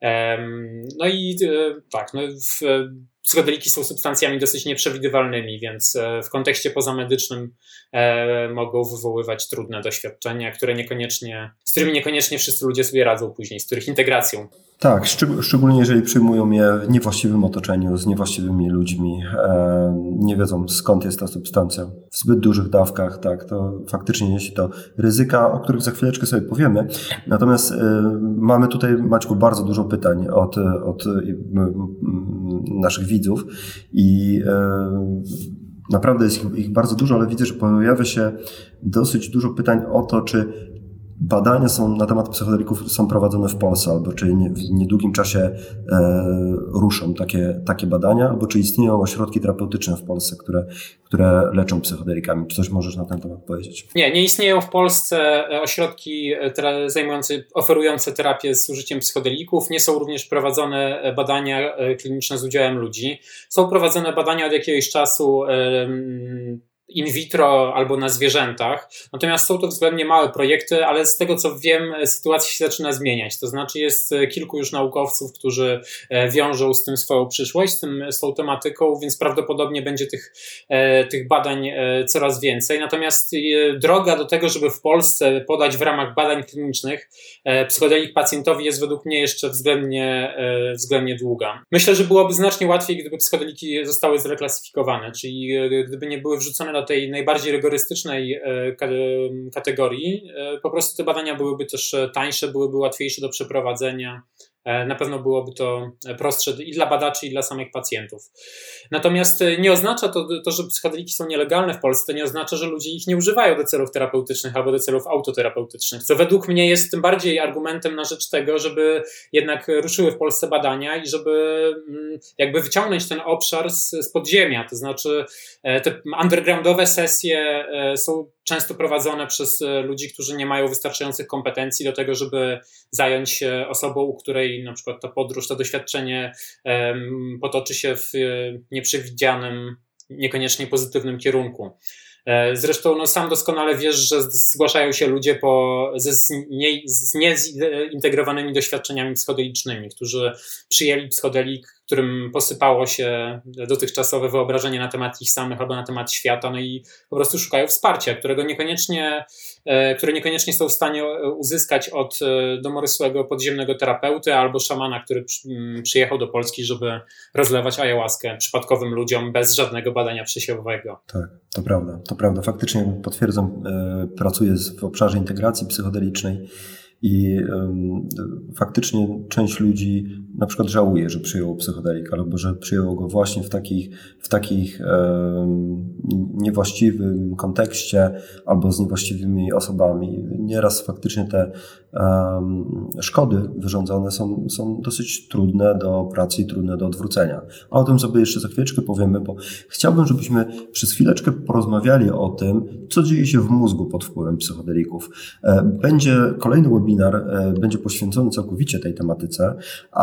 No i tak, no w, psychodeliki są substancjami dosyć nieprzewidywalnymi, więc w kontekście pozamedycznym e, mogą wywoływać trudne doświadczenia, które niekoniecznie, z którymi niekoniecznie wszyscy ludzie sobie radzą później, z których integracją. Tak, szczeg- szczególnie jeżeli przyjmują je w niewłaściwym otoczeniu, z niewłaściwymi ludźmi, e, nie wiedzą skąd jest ta substancja. W zbyt dużych dawkach, tak, to faktycznie niesie to ryzyka, o których za chwileczkę sobie powiemy. Natomiast e, mamy tutaj, Maćku, bardzo dużo pytań od, od naszych widzów i e, naprawdę jest ich, ich bardzo dużo, ale widzę, że pojawia się dosyć dużo pytań o to, czy badania są na temat psychodelików są prowadzone w Polsce, albo czy nie, w niedługim czasie e, ruszą takie, takie badania, albo czy istnieją ośrodki terapeutyczne w Polsce, które, które leczą psychodelikami. Czy coś możesz na ten temat powiedzieć? Nie, nie istnieją w Polsce ośrodki tera- zajmujące, oferujące terapię z użyciem psychodelików. Nie są również prowadzone badania kliniczne z udziałem ludzi. Są prowadzone badania od jakiegoś czasu e, in vitro albo na zwierzętach. Natomiast są to względnie małe projekty, ale z tego co wiem, sytuacja się zaczyna zmieniać. To znaczy jest kilku już naukowców, którzy wiążą z tym swoją przyszłość, z, tym, z tą tematyką, więc prawdopodobnie będzie tych, tych badań coraz więcej. Natomiast droga do tego, żeby w Polsce podać w ramach badań klinicznych psychodelik pacjentowi jest według mnie jeszcze względnie, względnie długa. Myślę, że byłoby znacznie łatwiej, gdyby psychodeliki zostały zreklasyfikowane, czyli gdyby nie były wrzucone do tej najbardziej rygorystycznej kategorii, po prostu te badania byłyby też tańsze, byłyby łatwiejsze do przeprowadzenia. Na pewno byłoby to prostsze i dla badaczy, i dla samych pacjentów. Natomiast nie oznacza to, to, że psychodeliki są nielegalne w Polsce, to nie oznacza, że ludzie ich nie używają do celów terapeutycznych albo do celów autoterapeutycznych, co według mnie jest tym bardziej argumentem na rzecz tego, żeby jednak ruszyły w Polsce badania i żeby jakby wyciągnąć ten obszar z, z podziemia. To znaczy te undergroundowe sesje są często prowadzone przez ludzi, którzy nie mają wystarczających kompetencji do tego, żeby zająć się osobą, u której na przykład ta podróż, to doświadczenie um, potoczy się w nieprzewidzianym, niekoniecznie pozytywnym kierunku. Zresztą no, sam doskonale wiesz, że zgłaszają się ludzie po, ze z, nie, z niezintegrowanymi doświadczeniami psychodelicznymi, którzy przyjęli psychodelik, którym posypało się dotychczasowe wyobrażenie na temat ich samych albo na temat świata, no i po prostu szukają wsparcia, którego niekoniecznie, które niekoniecznie są w stanie uzyskać od domorosłego podziemnego terapeuty albo szamana, który przyjechał do Polski, żeby rozlewać ayahuaskę przypadkowym ludziom bez żadnego badania przesiewowego. Tak, to prawda, to prawda. Faktycznie potwierdzam, pracuję w obszarze integracji psychodelicznej I um, faktycznie część ludzi na przykład żałuje, że przyjęło psychodelik, albo że przyjęło go właśnie w takich, w takich um, niewłaściwym kontekście, albo z niewłaściwymi osobami. Nieraz faktycznie te um, szkody wyrządzone są, są dosyć trudne do pracy i trudne do odwrócenia. A o tym sobie jeszcze za chwileczkę powiemy, bo chciałbym, żebyśmy przez chwileczkę porozmawiali o tym, co dzieje się w mózgu pod wpływem psychodelików. Będzie kolejny webinar, będzie poświęcony całkowicie tej tematyce,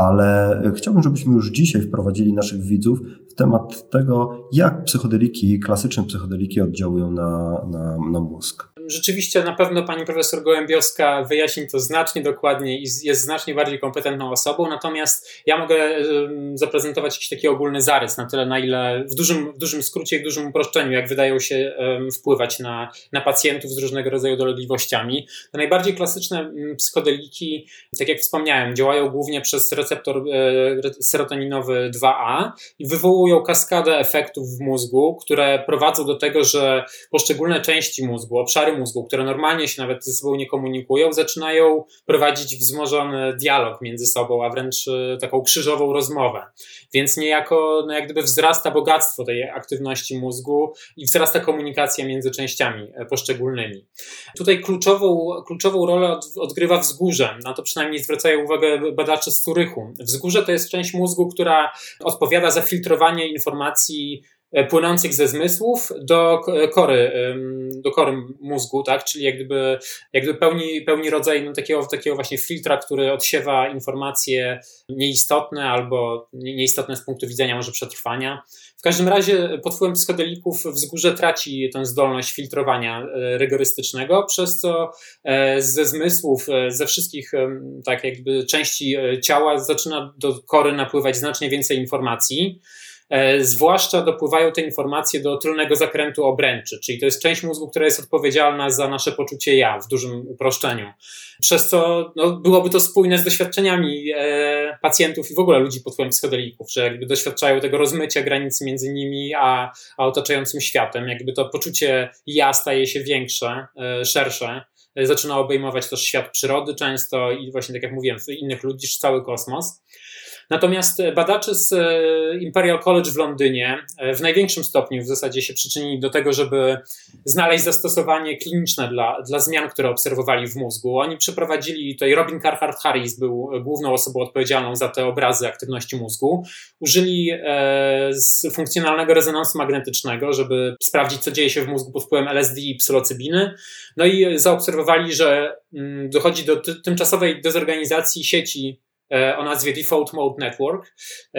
ale chciałbym, żebyśmy już dzisiaj wprowadzili naszych widzów w temat tego, jak psychodeliki, klasyczne psychodeliki oddziałują na, na, na mózg. Rzeczywiście na pewno pani profesor Gołębiowska wyjaśni to znacznie dokładniej i jest znacznie bardziej kompetentną osobą, natomiast ja mogę zaprezentować jakiś taki ogólny zarys na tyle, na ile w dużym, w dużym skrócie i w dużym uproszczeniu, jak wydają się wpływać na, na pacjentów z różnego rodzaju dolegliwościami. Te najbardziej klasyczne psychodeliki, tak jak wspomniałem, działają głównie przez receptor serotoninowy dwa A i wywołują kaskadę efektów w mózgu, które prowadzą do tego, że poszczególne części mózgu, obszary mózgu, które normalnie się nawet ze sobą nie komunikują, zaczynają prowadzić wzmożony dialog między sobą, a wręcz taką krzyżową rozmowę. Więc niejako no jak gdyby wzrasta bogactwo tej aktywności mózgu i wzrasta komunikacja między częściami poszczególnymi. Tutaj kluczową, kluczową rolę od, odgrywa wzgórze. Na to przynajmniej zwracają uwagę badacze z Zurychu. Wzgórze to jest część mózgu, która odpowiada za filtrowanie informacji płynących ze zmysłów do kory, do kory mózgu, tak? Czyli jak gdyby, jak gdyby pełni, pełni rodzaj no, takiego, takiego właśnie filtra, który odsiewa informacje nieistotne albo nieistotne z punktu widzenia może przetrwania. W każdym razie pod wpływem psychodelików wzgórze traci tę zdolność filtrowania rygorystycznego, przez co ze zmysłów, ze wszystkich tak jakby części ciała zaczyna do kory napływać znacznie więcej informacji. Zwłaszcza dopływają te informacje do tylnego zakrętu obręczy, czyli to jest część mózgu, która jest odpowiedzialna za nasze poczucie ja w dużym uproszczeniu. Przez co no, byłoby to spójne z doświadczeniami e, pacjentów i w ogóle ludzi pod wpływem psychodelików, że jakby doświadczają tego rozmycia granicy między nimi a, a otaczającym światem. Jakby to poczucie ja staje się większe, e, szersze. Zaczyna obejmować też świat przyrody często i właśnie tak jak mówiłem, innych ludzi, cały kosmos. Natomiast badacze z Imperial College w Londynie w największym stopniu w zasadzie się przyczynili do tego, żeby znaleźć zastosowanie kliniczne dla, dla zmian, które obserwowali w mózgu. Oni przeprowadzili, tutaj Robin Carhart Harris był główną osobą odpowiedzialną za te obrazy aktywności mózgu. Użyli e, z funkcjonalnego rezonansu magnetycznego, żeby sprawdzić, co dzieje się w mózgu pod wpływem L S D i psylocybiny. No i zaobserwowali, że mm, dochodzi do ty- tymczasowej dezorganizacji sieci o nazwie Default Mode Network,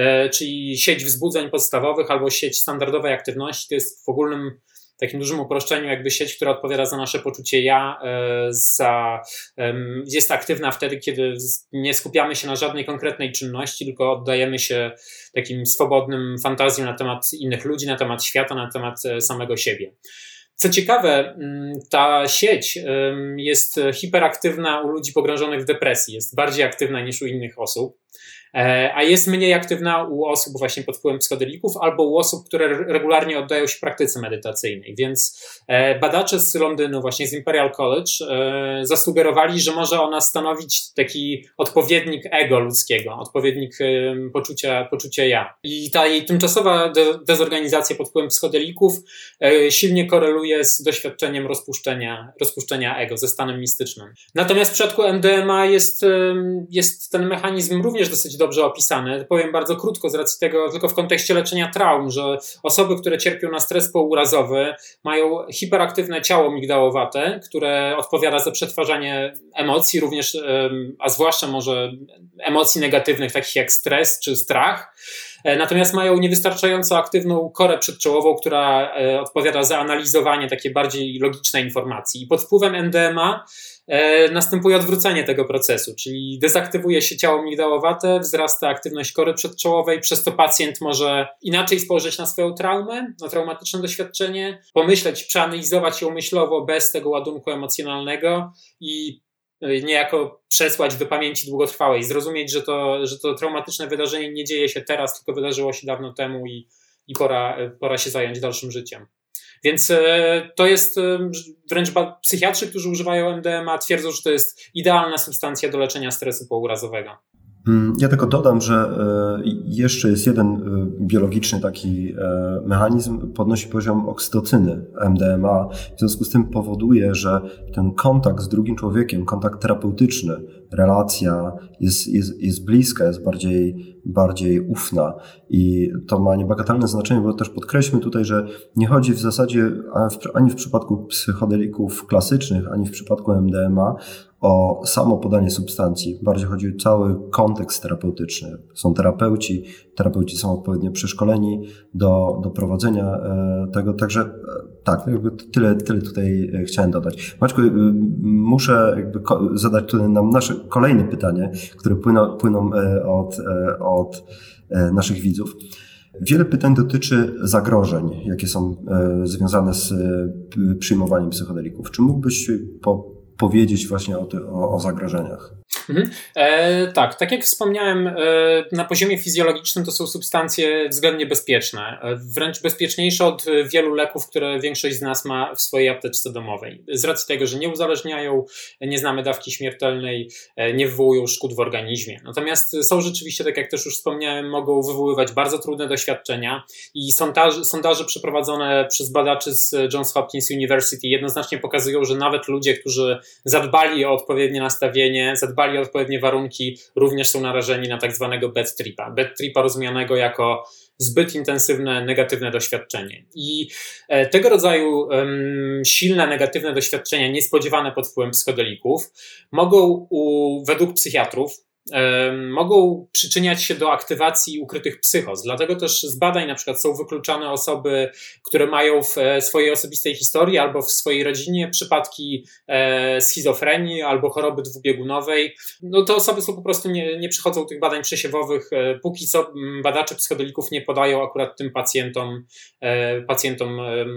czyli sieć wzbudzeń podstawowych albo sieć standardowej aktywności. To jest w ogólnym takim dużym uproszczeniu jakby sieć, która odpowiada za nasze poczucie ja, za, jest aktywna wtedy, kiedy nie skupiamy się na żadnej konkretnej czynności, tylko oddajemy się takim swobodnym fantazjom na temat innych ludzi, na temat świata, na temat samego siebie. Co ciekawe, ta sieć jest hiperaktywna u ludzi pogrążonych w depresji, jest bardziej aktywna niż u innych osób, a jest mniej aktywna u osób właśnie pod wpływem psychodelików albo u osób, które regularnie oddają się praktyce medytacyjnej. Więc badacze z Londynu, właśnie z Imperial College, zasugerowali, że może ona stanowić taki odpowiednik ego ludzkiego, odpowiednik poczucia, poczucia ja. I ta jej tymczasowa dezorganizacja pod wpływem psychodelików silnie koreluje z doświadczeniem rozpuszczenia, rozpuszczenia ego, ze stanem mistycznym. Natomiast w przypadku M D M A jest, jest ten mechanizm również dosyć dobrze opisany. Powiem bardzo krótko z racji tego, tylko w kontekście leczenia traum, że osoby, które cierpią na stres pourazowy, mają hiperaktywne ciało migdałowate, które odpowiada za przetwarzanie emocji, również, a zwłaszcza może emocji negatywnych, takich jak stres czy strach. Natomiast mają niewystarczająco aktywną korę przedczołową, która odpowiada za analizowanie takie bardziej logiczne informacji. I pod wpływem M D M A następuje odwrócenie tego procesu, czyli dezaktywuje się ciało migdałowate, wzrasta aktywność kory przedczołowej, przez to pacjent może inaczej spojrzeć na swoją traumę, na traumatyczne doświadczenie, pomyśleć, przeanalizować ją myślowo bez tego ładunku emocjonalnego i niejako przesłać do pamięci długotrwałej, zrozumieć, że to, że to traumatyczne wydarzenie nie dzieje się teraz, tylko wydarzyło się dawno temu i, i pora, pora się zająć dalszym życiem. Więc to jest wręcz psychiatrzy, którzy używają M D M A, twierdzą, że to jest idealna substancja do leczenia stresu pourazowego. Ja tylko dodam, że jeszcze jest jeden biologiczny taki mechanizm, podnosi poziom oksytocyny M D M A. W związku z tym powoduje, że ten kontakt z drugim człowiekiem, kontakt terapeutyczny, relacja jest, jest, jest bliska, jest bardziej, bardziej ufna i to ma niebagatelne znaczenie, bo też podkreślmy tutaj, że nie chodzi w zasadzie ani w przypadku psychodelików klasycznych, ani w przypadku M D M A o samo podanie substancji. Bardziej chodzi o cały kontekst terapeutyczny. Są terapeuci, terapeuci są odpowiednio przeszkoleni do, do prowadzenia tego, także tak, jakby tyle, tyle tutaj chciałem dodać. Maćku, muszę jakby zadać tutaj nam nasze kolejne pytanie, które płyną, płyną od, od naszych widzów. Wiele pytań dotyczy zagrożeń, jakie są związane z przyjmowaniem psychodelików. Czy mógłbyś po powiedzieć właśnie o, ty, o, o zagrożeniach? Mhm. E, tak, tak jak wspomniałem, e, na poziomie fizjologicznym to są substancje względnie bezpieczne, e, wręcz bezpieczniejsze od wielu leków, które większość z nas ma w swojej apteczce domowej. Z racji tego, że nie uzależniają, nie znamy dawki śmiertelnej, e, nie wywołują szkód w organizmie. Natomiast są rzeczywiście, tak jak też już wspomniałem, mogą wywoływać bardzo trudne doświadczenia i sondaże, sondaże przeprowadzone przez badaczy z Johns Hopkins University jednoznacznie pokazują, że nawet ludzie, którzy zadbali o odpowiednie nastawienie, zadbali o odpowiednie warunki, również są narażeni na tak zwanego bad tripa. Bad tripa rozumianego jako zbyt intensywne, negatywne doświadczenie. I e, tego rodzaju um, silne, negatywne doświadczenia niespodziewane pod wpływem psychodelików mogą u, według psychiatrów mogą przyczyniać się do aktywacji ukrytych psychos. Dlatego też z badań na przykład są wykluczane osoby, które mają w swojej osobistej historii albo w swojej rodzinie przypadki schizofrenii albo choroby dwubiegunowej. No te osoby są po prostu nie, nie przychodzą tych badań przesiewowych. Póki co badacze psychodelików nie podają akurat tym pacjentom, pacjentom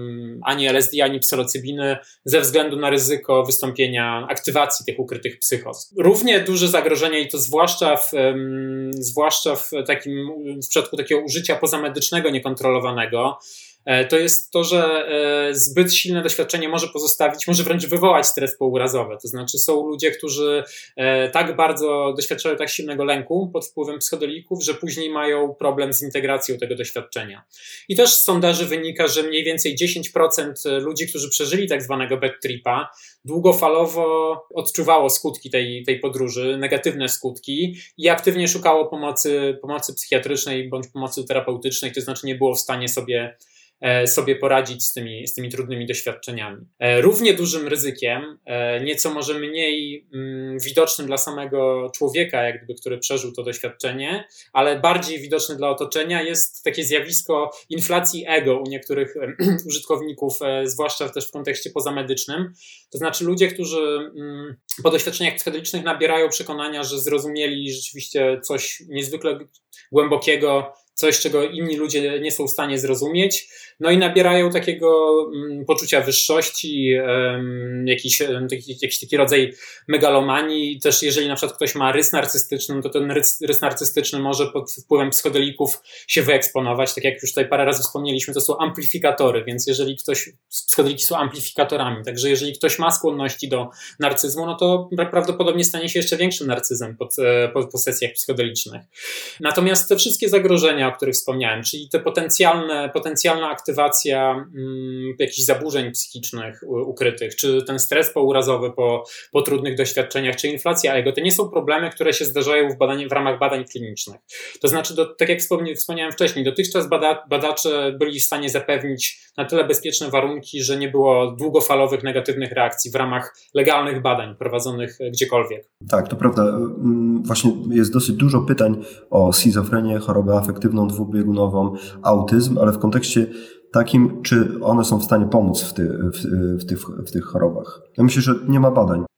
ani L S D, ani psylocybiny ze względu na ryzyko wystąpienia aktywacji tych ukrytych psychos. Równie duże zagrożenie i to zwłaszcza w, um, zwłaszcza w takim, w przypadku takiego użycia pozamedycznego niekontrolowanego, to jest to, że zbyt silne doświadczenie może pozostawić, może wręcz wywołać stres pourazowy. To znaczy są ludzie, którzy tak bardzo doświadczają tak silnego lęku pod wpływem psychodelików, że później mają problem z integracją tego doświadczenia. I też z sondaży wynika, że mniej więcej dziesięć procent ludzi, którzy przeżyli tak zwanego bad tripa, długofalowo odczuwało skutki tej, tej podróży, negatywne skutki i aktywnie szukało pomocy, pomocy psychiatrycznej bądź pomocy terapeutycznej, to znaczy nie było w stanie sobie sobie poradzić z tymi, z tymi trudnymi doświadczeniami. Równie dużym ryzykiem, nieco może mniej widocznym dla samego człowieka, jak gdyby, który przeżył to doświadczenie, ale bardziej widoczny dla otoczenia jest takie zjawisko inflacji ego u niektórych użytkowników, zwłaszcza też w kontekście pozamedycznym. To znaczy ludzie, którzy po doświadczeniach psychodelicznych nabierają przekonania, że zrozumieli rzeczywiście coś niezwykle głębokiego, coś, czego inni ludzie nie są w stanie zrozumieć, no i nabierają takiego um, poczucia wyższości, um, jakiś, um, taki, jakiś taki rodzaj megalomanii. Też jeżeli na przykład ktoś ma rys narcystyczny, to ten rys, rys narcystyczny może pod wpływem psychodelików się wyeksponować. Tak jak już tutaj parę razy wspomnieliśmy, to są amplifikatory, więc jeżeli ktoś, psychodeliki są amplifikatorami, także jeżeli ktoś ma skłonności do narcyzmu, no to prawdopodobnie stanie się jeszcze większym narcyzem pod, pod, po sesjach psychodelicznych. Natomiast te wszystkie zagrożenia, o których wspomniałem, czyli te potencjalne, potencjalna aktywacja mm, jakichś zaburzeń psychicznych ukrytych, czy ten stres pourazowy po, po trudnych doświadczeniach, czy inflacja ego, to nie są problemy, które się zdarzają w, badaniu, w ramach badań klinicznych. To znaczy, do, tak jak wspomniałem wcześniej, dotychczas bada, badacze byli w stanie zapewnić na tyle bezpieczne warunki, że nie było długofalowych negatywnych reakcji w ramach legalnych badań prowadzonych gdziekolwiek. Tak, to prawda. Właśnie jest dosyć dużo pytań o schizofrenię, chorobę afektywną dwubiegunową, autyzm, ale w kontekście takim, czy one są w stanie pomóc w, ty, w, w, tych, w tych chorobach. Ja myślę, że nie ma badań.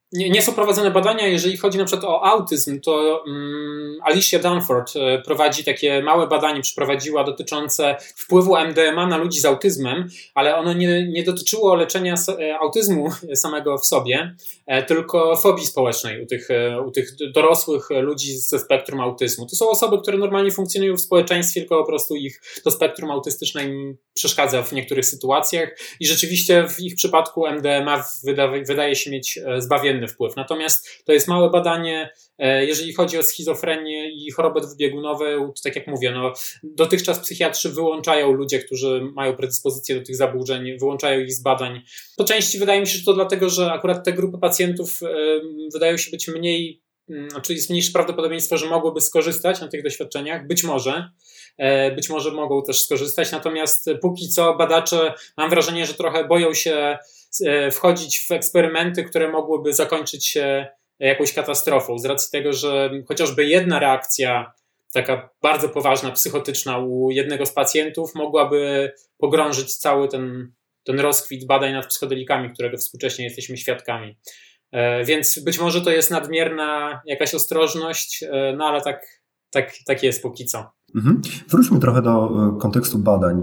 Nie, nie są prowadzone badania, jeżeli chodzi na przykład o autyzm, to um, Alicia Dunford e, prowadzi takie małe badanie, przeprowadziła dotyczące wpływu M D M A na ludzi z autyzmem, ale ono nie, nie dotyczyło leczenia e, autyzmu samego w sobie, e, tylko fobii społecznej u tych, e, u tych dorosłych ludzi ze spektrum autyzmu. To są osoby, które normalnie funkcjonują w społeczeństwie, tylko po prostu ich to spektrum autystyczne im przeszkadza w niektórych sytuacjach i rzeczywiście w ich przypadku M D M A wyda, wydaje się mieć zbawienny wpływ. Natomiast to jest małe badanie, jeżeli chodzi o schizofrenię i chorobę dwubiegunową, to tak jak mówię, no, dotychczas psychiatrzy wyłączają ludzie, którzy mają predyspozycję do tych zaburzeń, wyłączają ich z badań. Po części wydaje mi się, że to dlatego, że akurat te grupy pacjentów wydają się być mniej, znaczy jest mniejsze prawdopodobieństwo, że mogłyby skorzystać na tych doświadczeniach, być może. Być może mogą też skorzystać, natomiast póki co badacze, mam wrażenie, że trochę boją się wchodzić w eksperymenty, które mogłyby zakończyć się jakąś katastrofą, z racji tego, że chociażby jedna reakcja taka bardzo poważna, psychotyczna u jednego z pacjentów mogłaby pogrążyć cały ten, ten rozkwit badań nad psychodelikami, którego współcześnie jesteśmy świadkami. Więc być może to jest nadmierna jakaś ostrożność, no ale tak, tak, tak jest póki co. Mhm. Wróćmy trochę do kontekstu badań.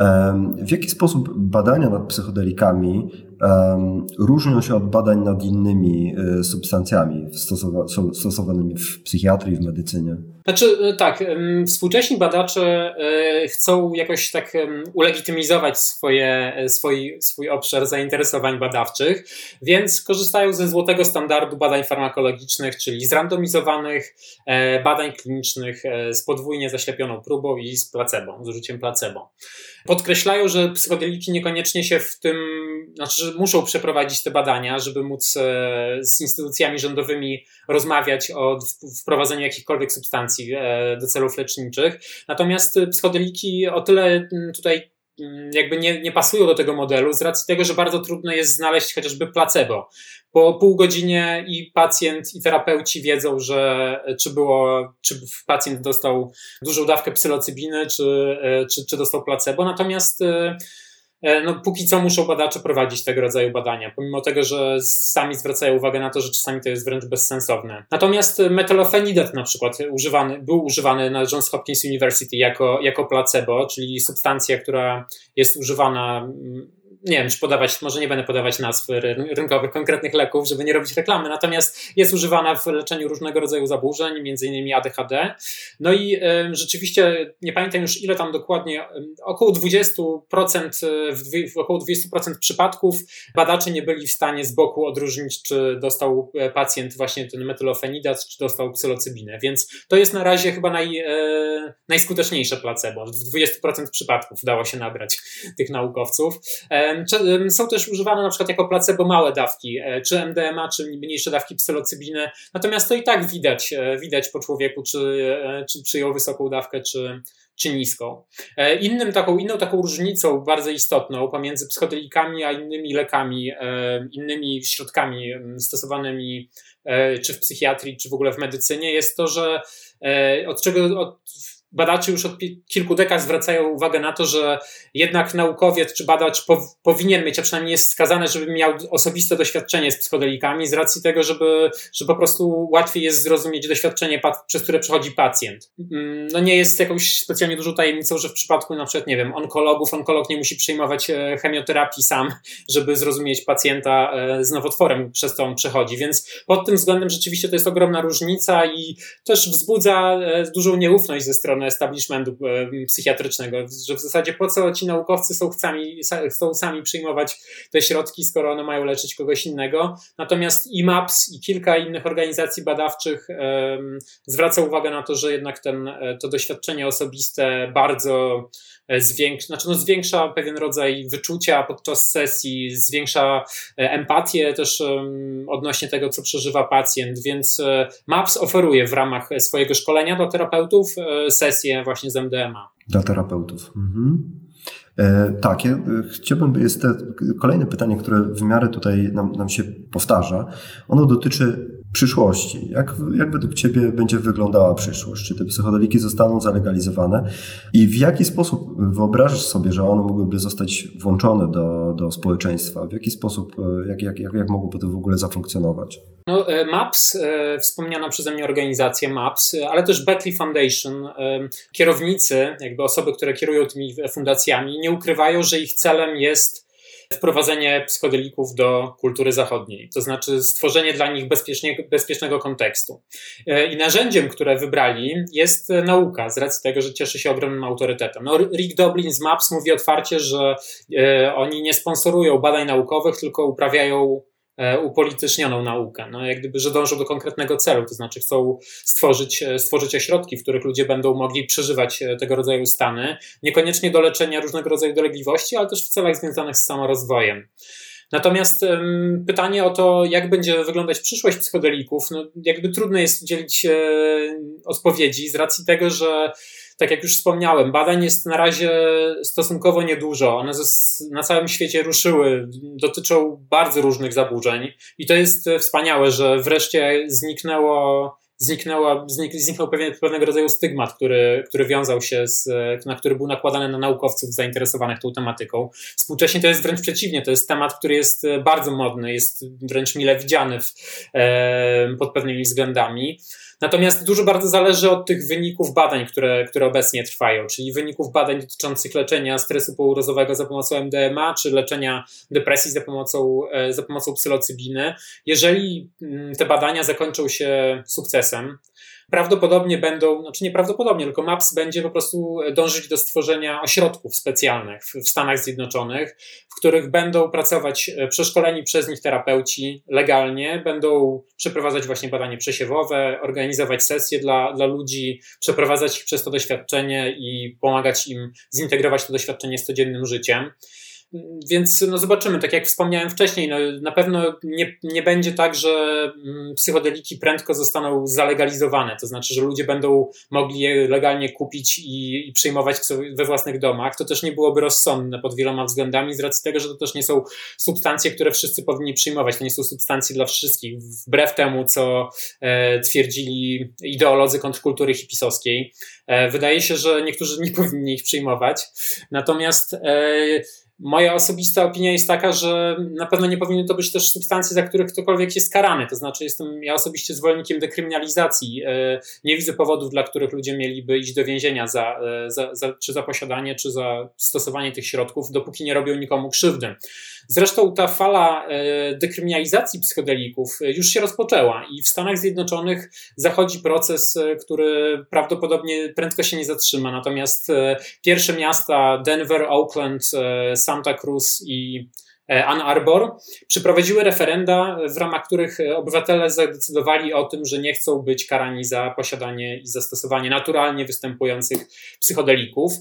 W jaki sposób badania nad psychodelikami różnią się od badań nad innymi substancjami stosowanymi w psychiatrii, w medycynie? Znaczy tak, współcześni badacze chcą jakoś tak ulegitymizować swoje, swój, swój obszar zainteresowań badawczych, więc korzystają ze złotego standardu badań farmakologicznych, czyli zrandomizowanych badań klinicznych z podwójnie zaślepioną próbą i z placebo, z użyciem placebo. Podkreślają, że psychodeliki niekoniecznie się w tym, znaczy, że muszą przeprowadzić te badania, żeby móc z instytucjami rządowymi rozmawiać o wprowadzeniu jakichkolwiek substancji do celów leczniczych. Natomiast psychodeliki o tyle tutaj jakby nie, nie pasują do tego modelu z racji tego, że bardzo trudno jest znaleźć chociażby placebo. Po pół godzinie i pacjent, i terapeuci wiedzą, że czy było, czy pacjent dostał dużą dawkę psylocybiny, czy, czy, czy dostał placebo. Natomiast no, póki co muszą badacze prowadzić tego rodzaju badania, pomimo tego, że sami zwracają uwagę na to, że czasami to jest wręcz bezsensowne. Natomiast metylofenidat na przykład używany, był używany na Johns Hopkins University jako, jako placebo, czyli substancja, która jest używana, nie wiem, czy podawać, może nie będę podawać nazw rynkowych konkretnych leków, żeby nie robić reklamy, natomiast jest używana w leczeniu różnego rodzaju zaburzeń, między innymi A D H D. No i y, rzeczywiście, nie pamiętam już ile tam dokładnie, około dwadzieścia procent, w, w około dwadzieścia procent przypadków badacze nie byli w stanie z boku odróżnić, czy dostał pacjent właśnie ten metylofenidat, czy dostał psylocybinę, więc to jest na razie chyba naj, y, najskuteczniejsze placebo. W dwadzieścia procent przypadków udało się nabrać tych naukowców. Są też używane na przykład jako placebo małe dawki, czy M D M A, czy mniejsze dawki psylocybiny, natomiast to i tak widać, widać po człowieku, czy, czy przyjął wysoką dawkę, czy, czy niską. Innym taką, inną taką różnicą bardzo istotną pomiędzy psychodelikami a innymi lekami, innymi środkami stosowanymi czy w psychiatrii, czy w ogóle w medycynie jest to, że od czego od badacze już od kilku dekad zwracają uwagę na to, że jednak naukowiec czy badacz pow- powinien mieć, a przynajmniej jest wskazane, żeby miał osobiste doświadczenie z psychodelikami z racji tego, żeby, że po prostu łatwiej jest zrozumieć doświadczenie, pa- przez które przechodzi pacjent. No nie jest jakąś specjalnie dużą tajemnicą, że w przypadku na przykład, nie wiem, onkologów, onkolog nie musi przyjmować chemioterapii sam, żeby zrozumieć pacjenta z nowotworem, przez co on przechodzi, więc pod tym względem rzeczywiście to jest ogromna różnica i też wzbudza dużą nieufność ze strony establishmentu psychiatrycznego, że w zasadzie po co ci naukowcy są chcami, chcą sami przyjmować te środki, skoro one mają leczyć kogoś innego. Natomiast i MAPS i kilka innych organizacji badawczych um, zwraca uwagę na to, że jednak ten, to doświadczenie osobiste bardzo zwiększa, znaczy no zwiększa pewien rodzaj wyczucia podczas sesji, zwiększa empatię też um, odnośnie tego, co przeżywa pacjent, więc MAPS oferuje w ramach swojego szkolenia dla terapeutów sesję właśnie z M D M A. Dla terapeutów. Mhm. E, tak, ja chciałbym, jest te, kolejne pytanie, które w miarę tutaj nam, nam się powtarza. Ono dotyczy przyszłości. Jak, jak według Ciebie będzie wyglądała przyszłość? Czy te psychodeliki zostaną zalegalizowane? I w jaki sposób wyobrażasz sobie, że one mogłyby zostać włączone do, do społeczeństwa? W jaki sposób, jak, jak, jak, jak mogłoby to w ogóle zafunkcjonować? No, MAPS, wspomniana przeze mnie organizacja MAPS, ale też Beckley Foundation, kierownicy, jakby osoby, które kierują tymi fundacjami, nie ukrywają, że ich celem jest wprowadzenie psychodelików do kultury zachodniej, to znaczy stworzenie dla nich bezpiecznie, bezpiecznego kontekstu. I narzędziem, które wybrali, jest nauka, z racji tego, że cieszy się ogromnym autorytetem. No, Rick Doblin z MAPS mówi otwarcie, że e, oni nie sponsorują badań naukowych, tylko uprawiają upolitycznioną naukę, no jak gdyby, że dążą do konkretnego celu, to znaczy chcą stworzyć, stworzyć ośrodki, w których ludzie będą mogli przeżywać tego rodzaju stany, niekoniecznie do leczenia różnego rodzaju dolegliwości, ale też w celach związanych z samorozwojem. Natomiast um, pytanie o to, jak będzie wyglądać przyszłość psychodelików, no jakby trudno jest udzielić e, odpowiedzi z racji tego, że tak jak już wspomniałem, badań jest na razie stosunkowo niedużo. One na całym świecie ruszyły, dotyczą bardzo różnych zaburzeń i to jest wspaniałe, że wreszcie zniknęło, zniknęło, znik, zniknął pewien, pewnego rodzaju stygmat, który, który wiązał się z, na który był nakładany na naukowców zainteresowanych tą tematyką. Współcześnie to jest wręcz przeciwnie, to jest temat, który jest bardzo modny, jest wręcz mile widziany w, e, pod pewnymi względami. Natomiast dużo bardzo zależy od tych wyników badań, które, które obecnie trwają, czyli wyników badań dotyczących leczenia stresu pourazowego za pomocą M D M A, czy leczenia depresji za pomocą, za pomocą psylocybiny. Jeżeli te badania zakończą się sukcesem, prawdopodobnie będą, znaczy nie prawdopodobnie, tylko MAPS będzie po prostu dążyć do stworzenia ośrodków specjalnych w, w Stanach Zjednoczonych, w których będą pracować przeszkoleni przez nich terapeuci legalnie, będą przeprowadzać właśnie badanie przesiewowe, organizować sesje dla, dla ludzi, przeprowadzać ich przez to doświadczenie i pomagać im zintegrować to doświadczenie z codziennym życiem. Więc no zobaczymy, tak jak wspomniałem wcześniej, no na pewno nie, nie będzie tak, że psychodeliki prędko zostaną zalegalizowane, to znaczy, że ludzie będą mogli je legalnie kupić i, i przyjmować we własnych domach. To też nie byłoby rozsądne pod wieloma względami, z racji tego, że to też nie są substancje, które wszyscy powinni przyjmować, to nie są substancje dla wszystkich, wbrew temu, co e, twierdzili ideolodzy kontrkultury hipisowskiej. E, wydaje się, że niektórzy nie powinni ich przyjmować, natomiast e, moja osobista opinia jest taka, że na pewno nie powinny to być też substancje, za których ktokolwiek jest karany. To znaczy jestem ja osobiście zwolennikiem dekryminalizacji. Nie widzę powodów, dla których ludzie mieliby iść do więzienia za, za, za, czy za posiadanie, czy za stosowanie tych środków, dopóki nie robią nikomu krzywdy. Zresztą ta fala dekryminalizacji psychodelików już się rozpoczęła i w Stanach Zjednoczonych zachodzi proces, który prawdopodobnie prędko się nie zatrzyma. Natomiast pierwsze miasta Denver, Oakland, Santa Cruz i Ann Arbor przeprowadziły referenda, w ramach których obywatele zadecydowali o tym, że nie chcą być karani za posiadanie i zastosowanie naturalnie występujących psychodelików.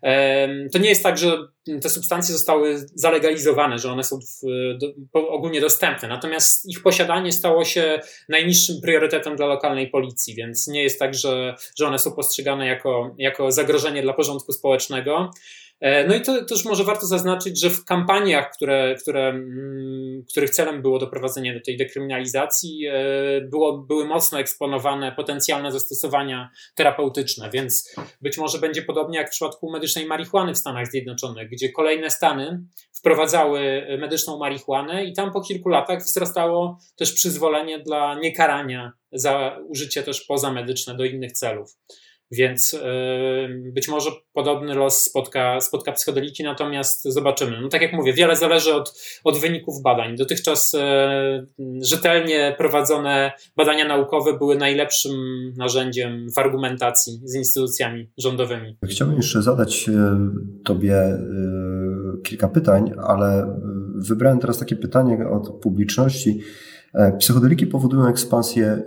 To nie jest tak, że te substancje zostały zalegalizowane, że one są ogólnie dostępne, natomiast ich posiadanie stało się najniższym priorytetem dla lokalnej policji, więc nie jest tak, że, że one są postrzegane jako, jako zagrożenie dla porządku społecznego. No i to też może warto zaznaczyć, że w kampaniach, które, które, których celem było doprowadzenie do tej dekryminalizacji, było, były mocno eksponowane potencjalne zastosowania terapeutyczne, więc być może będzie podobnie jak w przypadku medycznej marihuany w Stanach Zjednoczonych, gdzie kolejne stany wprowadzały medyczną marihuanę i tam po kilku latach wzrastało też przyzwolenie dla niekarania za użycie też pozamedyczne do innych celów. Więc yy, być może podobny los spotka, spotka psychodeliki, natomiast zobaczymy. No tak jak mówię, wiele zależy od, od wyników badań. Dotychczas yy, rzetelnie prowadzone badania naukowe były najlepszym narzędziem w argumentacji z instytucjami rządowymi. Chciałbym jeszcze zadać Tobie yy, kilka pytań, ale wybrałem teraz takie pytanie od publiczności. Psychodeliki powodują ekspansję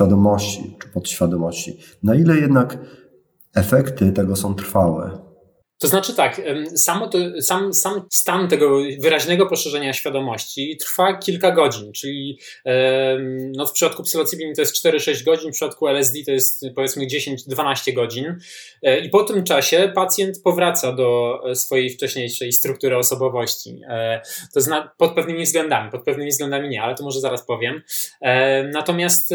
świadomości czy podświadomości. Na ile jednak efekty tego są trwałe? To znaczy tak, samo to, sam, sam stan tego wyraźnego poszerzenia świadomości trwa kilka godzin, czyli no w przypadku psylocybiny to jest cztery sześć godzin, w przypadku L S D to jest powiedzmy dziesięć dwanaście godzin i po tym czasie pacjent powraca do swojej wcześniejszej struktury osobowości. To zna, pod pewnymi względami, pod pewnymi względami nie, ale to może zaraz powiem. Natomiast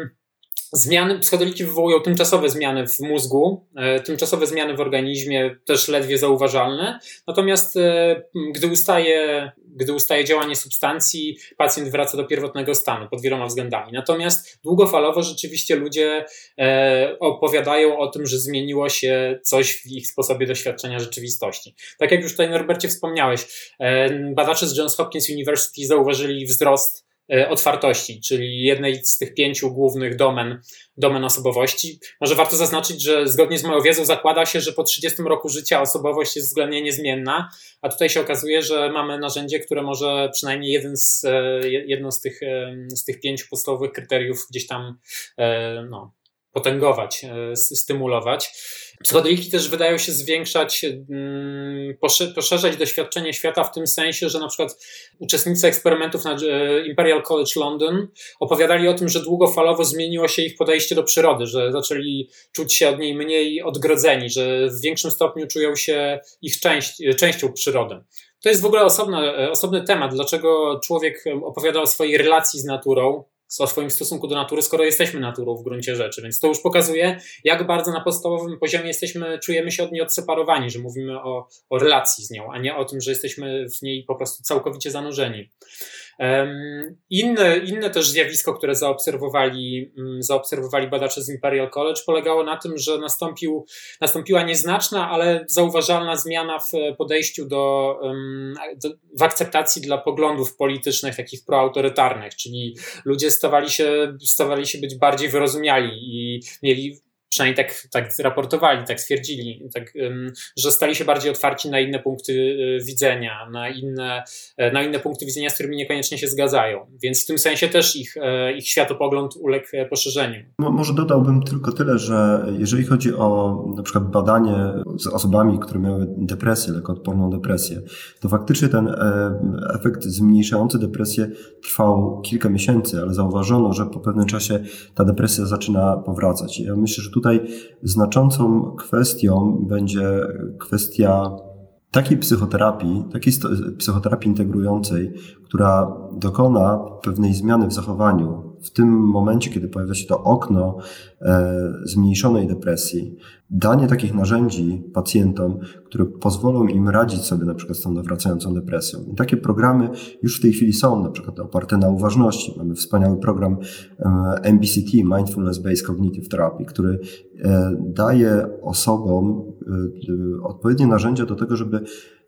zmiany, psychodeliki wywołują tymczasowe zmiany w mózgu, e, tymczasowe zmiany w organizmie, też ledwie zauważalne. Natomiast e, gdy ustaje, gdy ustaje działanie substancji, pacjent wraca do pierwotnego stanu pod wieloma względami. Natomiast długofalowo rzeczywiście ludzie e, opowiadają o tym, że zmieniło się coś w ich sposobie doświadczenia rzeczywistości. Tak jak już tutaj, Norbercie, wspomniałeś, e, badacze z Johns Hopkins University zauważyli wzrost otwartości, czyli jednej z tych pięciu głównych domen, domen osobowości. Może warto zaznaczyć, że zgodnie z moją wiedzą zakłada się, że po trzydziestym roku życia osobowość jest względnie niezmienna, a tutaj się okazuje, że mamy narzędzie, które może przynajmniej jeden z, jedno z tych, z tych pięciu podstawowych kryteriów gdzieś tam no, potęgować, stymulować. Psychodeliki też wydają się zwiększać, poszerzać doświadczenie świata w tym sensie, że na przykład uczestnicy eksperymentów na Imperial College London opowiadali o tym, że długofalowo zmieniło się ich podejście do przyrody, że zaczęli czuć się od niej mniej odgrodzeni, że w większym stopniu czują się ich część, częścią przyrody. To jest w ogóle osobny, osobny temat, dlaczego człowiek opowiada o swojej relacji z naturą, o swoim stosunku do natury, skoro jesteśmy naturą w gruncie rzeczy. Więc to już pokazuje, jak bardzo na podstawowym poziomie jesteśmy, czujemy się od niej odseparowani, że mówimy o, o relacji z nią, a nie o tym, że jesteśmy w niej po prostu całkowicie zanurzeni. Um, inne, inne też zjawisko, które zaobserwowali, um, zaobserwowali badacze z Imperial College, polegało na tym, że nastąpił, nastąpiła nieznaczna, ale zauważalna zmiana w podejściu do, um, do w akceptacji dla poglądów politycznych, takich proautorytarnych, czyli ludzie stawali się, stawali się być bardziej wyrozumiali i mieli, przynajmniej tak, tak raportowali, tak stwierdzili, tak, um, że stali się bardziej otwarci na inne punkty y, widzenia, na inne, na inne punkty widzenia, z którymi niekoniecznie się zgadzają. Więc w tym sensie też ich, y, ich światopogląd uległ poszerzeniu. No, może dodałbym tylko tyle, że jeżeli chodzi o na przykład badanie z osobami, które miały depresję, lekoodporną depresję, to faktycznie ten e, efekt zmniejszający depresję trwał kilka miesięcy, ale zauważono, że po pewnym czasie ta depresja zaczyna powracać. Ja myślę, że tutaj znaczącą kwestią będzie kwestia takiej psychoterapii, takiej psychoterapii integrującej, która dokona pewnej zmiany w zachowaniu. W tym momencie, kiedy pojawia się to okno e, zmniejszonej depresji, danie takich narzędzi pacjentom, które pozwolą im radzić sobie na przykład z tą nawracającą depresją. I takie programy już w tej chwili są, na przykład oparte na uważności. Mamy wspaniały program e, M B C T, Mindfulness Based Cognitive Therapy, który e, daje osobom e, odpowiednie narzędzia do tego, żeby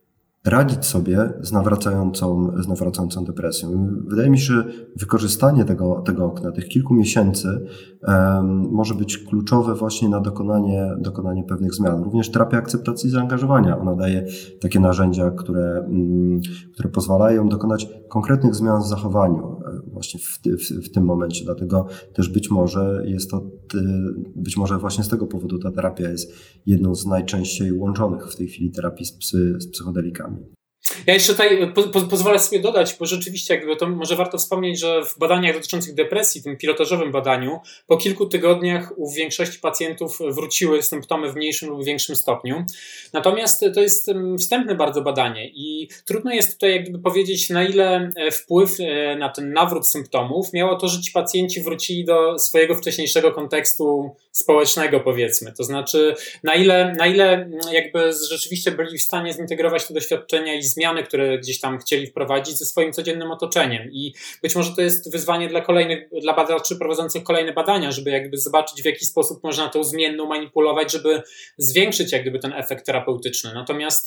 radzić sobie z nawracającą, z nawracającą depresją. Wydaje mi się, że wykorzystanie tego, tego okna, tych kilku miesięcy um, może być kluczowe właśnie na dokonanie, dokonanie pewnych zmian. Również terapia akceptacji i zaangażowania. Ona daje takie narzędzia, które, um, które pozwalają dokonać konkretnych zmian w zachowaniu właśnie w, w, w tym momencie. Dlatego też być może jest to, być może właśnie z tego powodu ta terapia jest jedną z najczęściej łączonych w tej chwili terapii z, psy, z psychodelikami. Ja jeszcze tutaj po, po, pozwolę sobie dodać, bo rzeczywiście jakby to może warto wspomnieć, że w badaniach dotyczących depresji, tym pilotażowym badaniu, po kilku tygodniach u większości pacjentów wróciły symptomy w mniejszym lub większym stopniu. Natomiast to jest wstępne bardzo badanie i trudno jest tutaj jakby powiedzieć, na ile wpływ na ten nawrót symptomów miało to, że ci pacjenci wrócili do swojego wcześniejszego kontekstu społecznego, powiedzmy. To znaczy, na ile, na ile jakby rzeczywiście byli w stanie zintegrować te doświadczenia i zmiany, które gdzieś tam chcieli wprowadzić ze swoim codziennym otoczeniem. I być może to jest wyzwanie dla kolejnych, dla badaczy prowadzących kolejne badania, żeby jakby zobaczyć, w jaki sposób można tą zmienną manipulować, żeby zwiększyć jak gdyby ten efekt terapeutyczny. Natomiast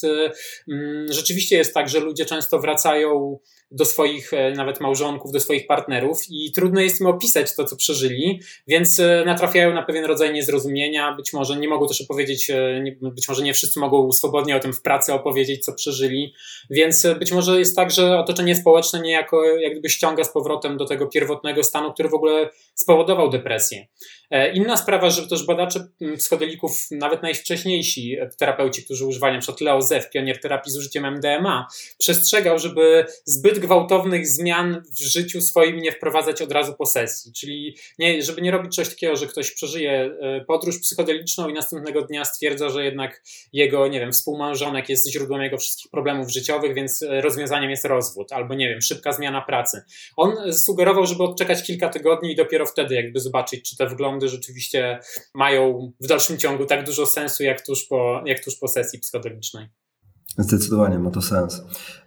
mm, rzeczywiście jest tak, że ludzie często wracają do swoich nawet małżonków, do swoich partnerów i trudno jest im opisać to, co przeżyli, więc natrafiają na pewien rodzaj niezrozumienia, być może nie mogą też opowiedzieć, być może nie wszyscy mogą swobodnie o tym w pracy opowiedzieć, co przeżyli, Więc być może jest tak, że otoczenie społeczne niejako jak gdyby ściąga z powrotem do tego pierwotnego stanu, który w ogóle spowodował depresję. Inna sprawa, że też badacze psychodelików, nawet najwcześniejsi terapeuci, którzy używali, na przykład Leo Zeff, pionier terapii z użyciem M D M A, przestrzegał, żeby zbyt gwałtownych zmian w życiu swoim nie wprowadzać od razu po sesji. Czyli nie, żeby nie robić czegoś takiego, że ktoś przeżyje podróż psychodeliczną i następnego dnia stwierdza, że jednak jego, nie wiem, współmałżonek jest źródłem jego wszystkich problemów życiowych, więc rozwiązaniem jest rozwód, albo nie wiem, szybka zmiana pracy. On sugerował, żeby odczekać kilka tygodni i dopiero wtedy jakby zobaczyć, czy te wglądy rzeczywiście mają w dalszym ciągu tak dużo sensu, jak tuż po, jak tuż po sesji psychodelicznej. Zdecydowanie ma to sens.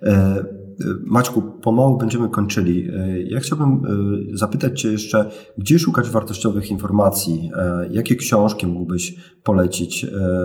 Maćku, pomału będziemy kończyli. Ja chciałbym zapytać Cię jeszcze, gdzie szukać wartościowych informacji? Jakie książki mógłbyś polecić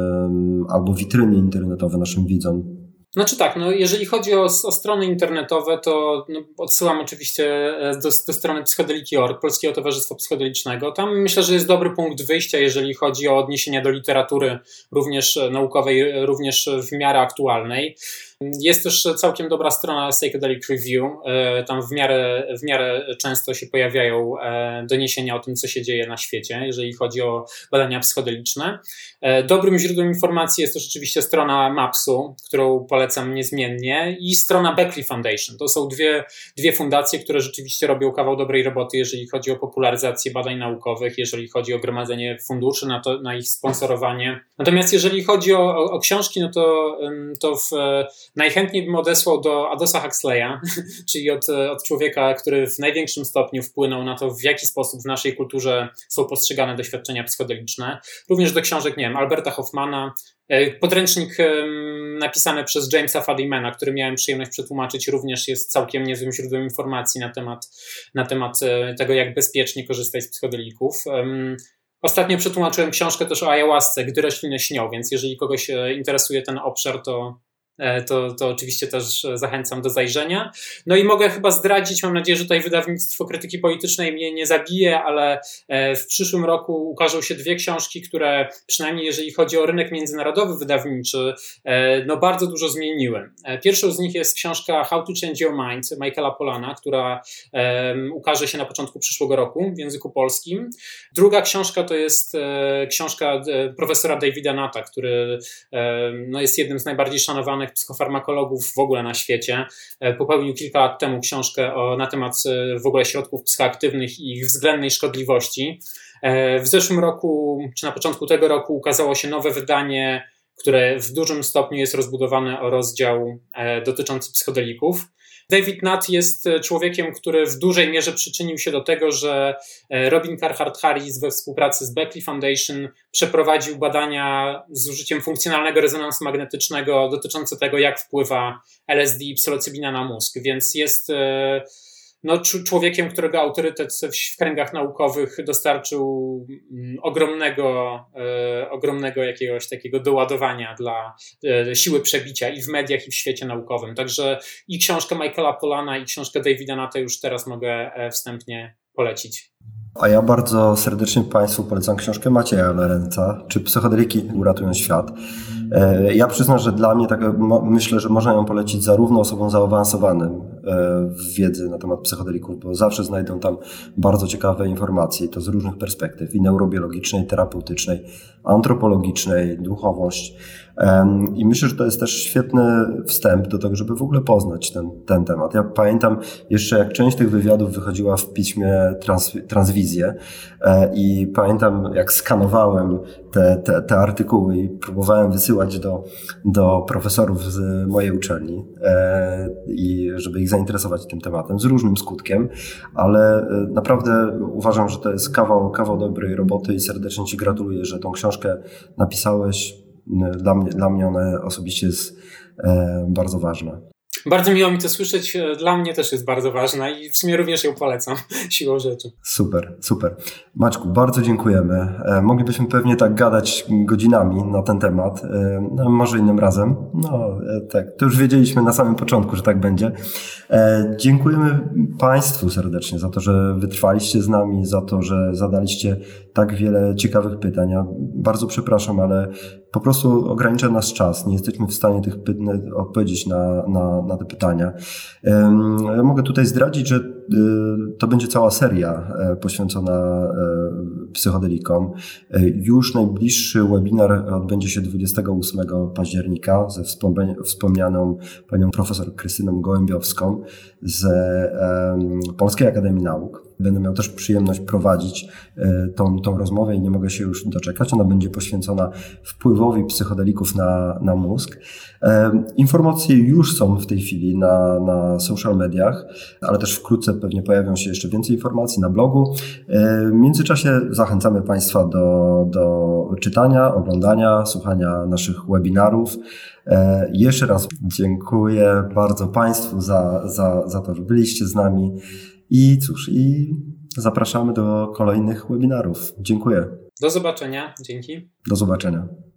albo witryny internetowe naszym widzom? Znaczy tak, no jeżeli chodzi o, o strony internetowe, to no, odsyłam oczywiście do, do strony psychodeliki kropka org, Polskiego Towarzystwa Psychodelicznego. Tam myślę, że jest dobry punkt wyjścia, jeżeli chodzi o odniesienia do literatury, również naukowej, również w miarę aktualnej. Jest też całkiem dobra strona Psychedelic Review. Tam w miarę, w miarę często się pojawiają doniesienia o tym, co się dzieje na świecie, jeżeli chodzi o badania psychodeliczne. Dobrym źródłem informacji jest też oczywiście strona mapsu, którą polecam niezmiennie, i strona Beckley Foundation. To są dwie, dwie fundacje, które rzeczywiście robią kawał dobrej roboty, jeżeli chodzi o popularyzację badań naukowych, jeżeli chodzi o gromadzenie funduszy na, to, na ich sponsorowanie. Natomiast jeżeli chodzi o, o, o książki, no to, to w najchętniej bym odesłał do Aldosa Huxleya, czyli od, od człowieka, który w największym stopniu wpłynął na to, w jaki sposób w naszej kulturze są postrzegane doświadczenia psychodeliczne. Również do książek, nie wiem, Alberta Hoffmana, podręcznik napisany przez Jamesa Fadimana, który miałem przyjemność przetłumaczyć, również jest całkiem niezłym źródłem informacji na temat, na temat tego, jak bezpiecznie korzystać z psychodelików. Ostatnio przetłumaczyłem książkę też o ayahuasce, Gdy rośliny śnią, więc jeżeli kogoś interesuje ten obszar, to To, to oczywiście też zachęcam do zajrzenia. No i mogę chyba zdradzić, mam nadzieję, że tutaj wydawnictwo Krytyki Politycznej mnie nie zabije, ale w przyszłym roku ukażą się dwie książki, które przynajmniej jeżeli chodzi o rynek międzynarodowy wydawniczy, no bardzo dużo zmieniły. Pierwszą z nich jest książka How to Change Your Mind Michaela Pollana, która ukaże się na początku przyszłego roku w języku polskim. Druga książka to jest książka profesora Davida Nutta, który no jest jednym z najbardziej szanowanych psychofarmakologów w ogóle na świecie. Popełnił kilka lat temu książkę o, na temat w ogóle środków psychoaktywnych i ich względnej szkodliwości. W zeszłym roku, czy na początku tego roku ukazało się nowe wydanie, które w dużym stopniu jest rozbudowane o rozdział dotyczący psychodelików. David Nutt jest człowiekiem, który w dużej mierze przyczynił się do tego, że Robin Carhart Harris we współpracy z Beckley Foundation przeprowadził badania z użyciem funkcjonalnego rezonansu magnetycznego dotyczące tego, jak wpływa L S D i psylocybina na mózg, więc jest no, człowiekiem, którego autorytet w kręgach naukowych dostarczył ogromnego, e, ogromnego jakiegoś takiego doładowania dla e, siły przebicia i w mediach, i w świecie naukowym. Także i książkę Michaela Pollana, i książkę Davida Nutta już teraz mogę wstępnie polecić. A ja bardzo serdecznie Państwu polecam książkę Macieja Lorenza, Czy psychodeliki uratują świat. Ja przyznam, że dla mnie tak, myślę, że można ją polecić zarówno osobom zaawansowanym w wiedzy na temat psychodelików, bo zawsze znajdą tam bardzo ciekawe informacje, to z różnych perspektyw, i neurobiologicznej, terapeutycznej, antropologicznej, duchowość. I myślę, że to jest też świetny wstęp do tego, żeby w ogóle poznać ten, ten temat. Ja pamiętam jeszcze, jak część tych wywiadów wychodziła w piśmie trans, Transwizje, i pamiętam, jak skanowałem te, te, te artykuły i próbowałem wysyłać do, do profesorów z mojej uczelni, i żeby ich zainteresować tym tematem, z różnym skutkiem, ale naprawdę uważam, że to jest kawał, kawał dobrej roboty i serdecznie Ci gratuluję, że tą książkę napisałeś. Dla mnie, dla mnie ona osobiście jest e, bardzo ważna. Bardzo miło mi to słyszeć, dla mnie też jest bardzo ważna i w sumie również ją polecam, siłą rzeczy. Super, super. Maćku, bardzo dziękujemy. E, moglibyśmy pewnie tak gadać godzinami na ten temat, e, no, może innym razem. No e, tak, to już wiedzieliśmy na samym początku, że tak będzie. E, dziękujemy Państwu serdecznie za to, że wytrwaliście z nami, za to, że zadaliście tak wiele ciekawych pytań. Ja bardzo przepraszam, ale po prostu ogranicza nas czas. Nie jesteśmy w stanie tych pytań odpowiedzieć na, na, na te pytania. Ja mogę tutaj zdradzić, że to będzie cała seria poświęcona psychodelikom. Już najbliższy webinar odbędzie się dwudziestego ósmego października ze wspomnianą panią profesor Krystyną Gołębiowską z Polskiej Akademii Nauk. Będę miał też przyjemność prowadzić tą, tą rozmowę i nie mogę się już doczekać. Ona będzie poświęcona wpływowi psychodelików na, na mózg. Informacje już są w tej chwili na, na social mediach, ale też wkrótce pewnie pojawią się jeszcze więcej informacji na blogu. W międzyczasie zachęcamy Państwa do, do czytania, oglądania, słuchania naszych webinarów. Jeszcze raz dziękuję bardzo Państwu za, za, za to, że byliście z nami. I cóż, i zapraszamy do kolejnych webinarów. Dziękuję. Do zobaczenia. Dzięki. Do zobaczenia.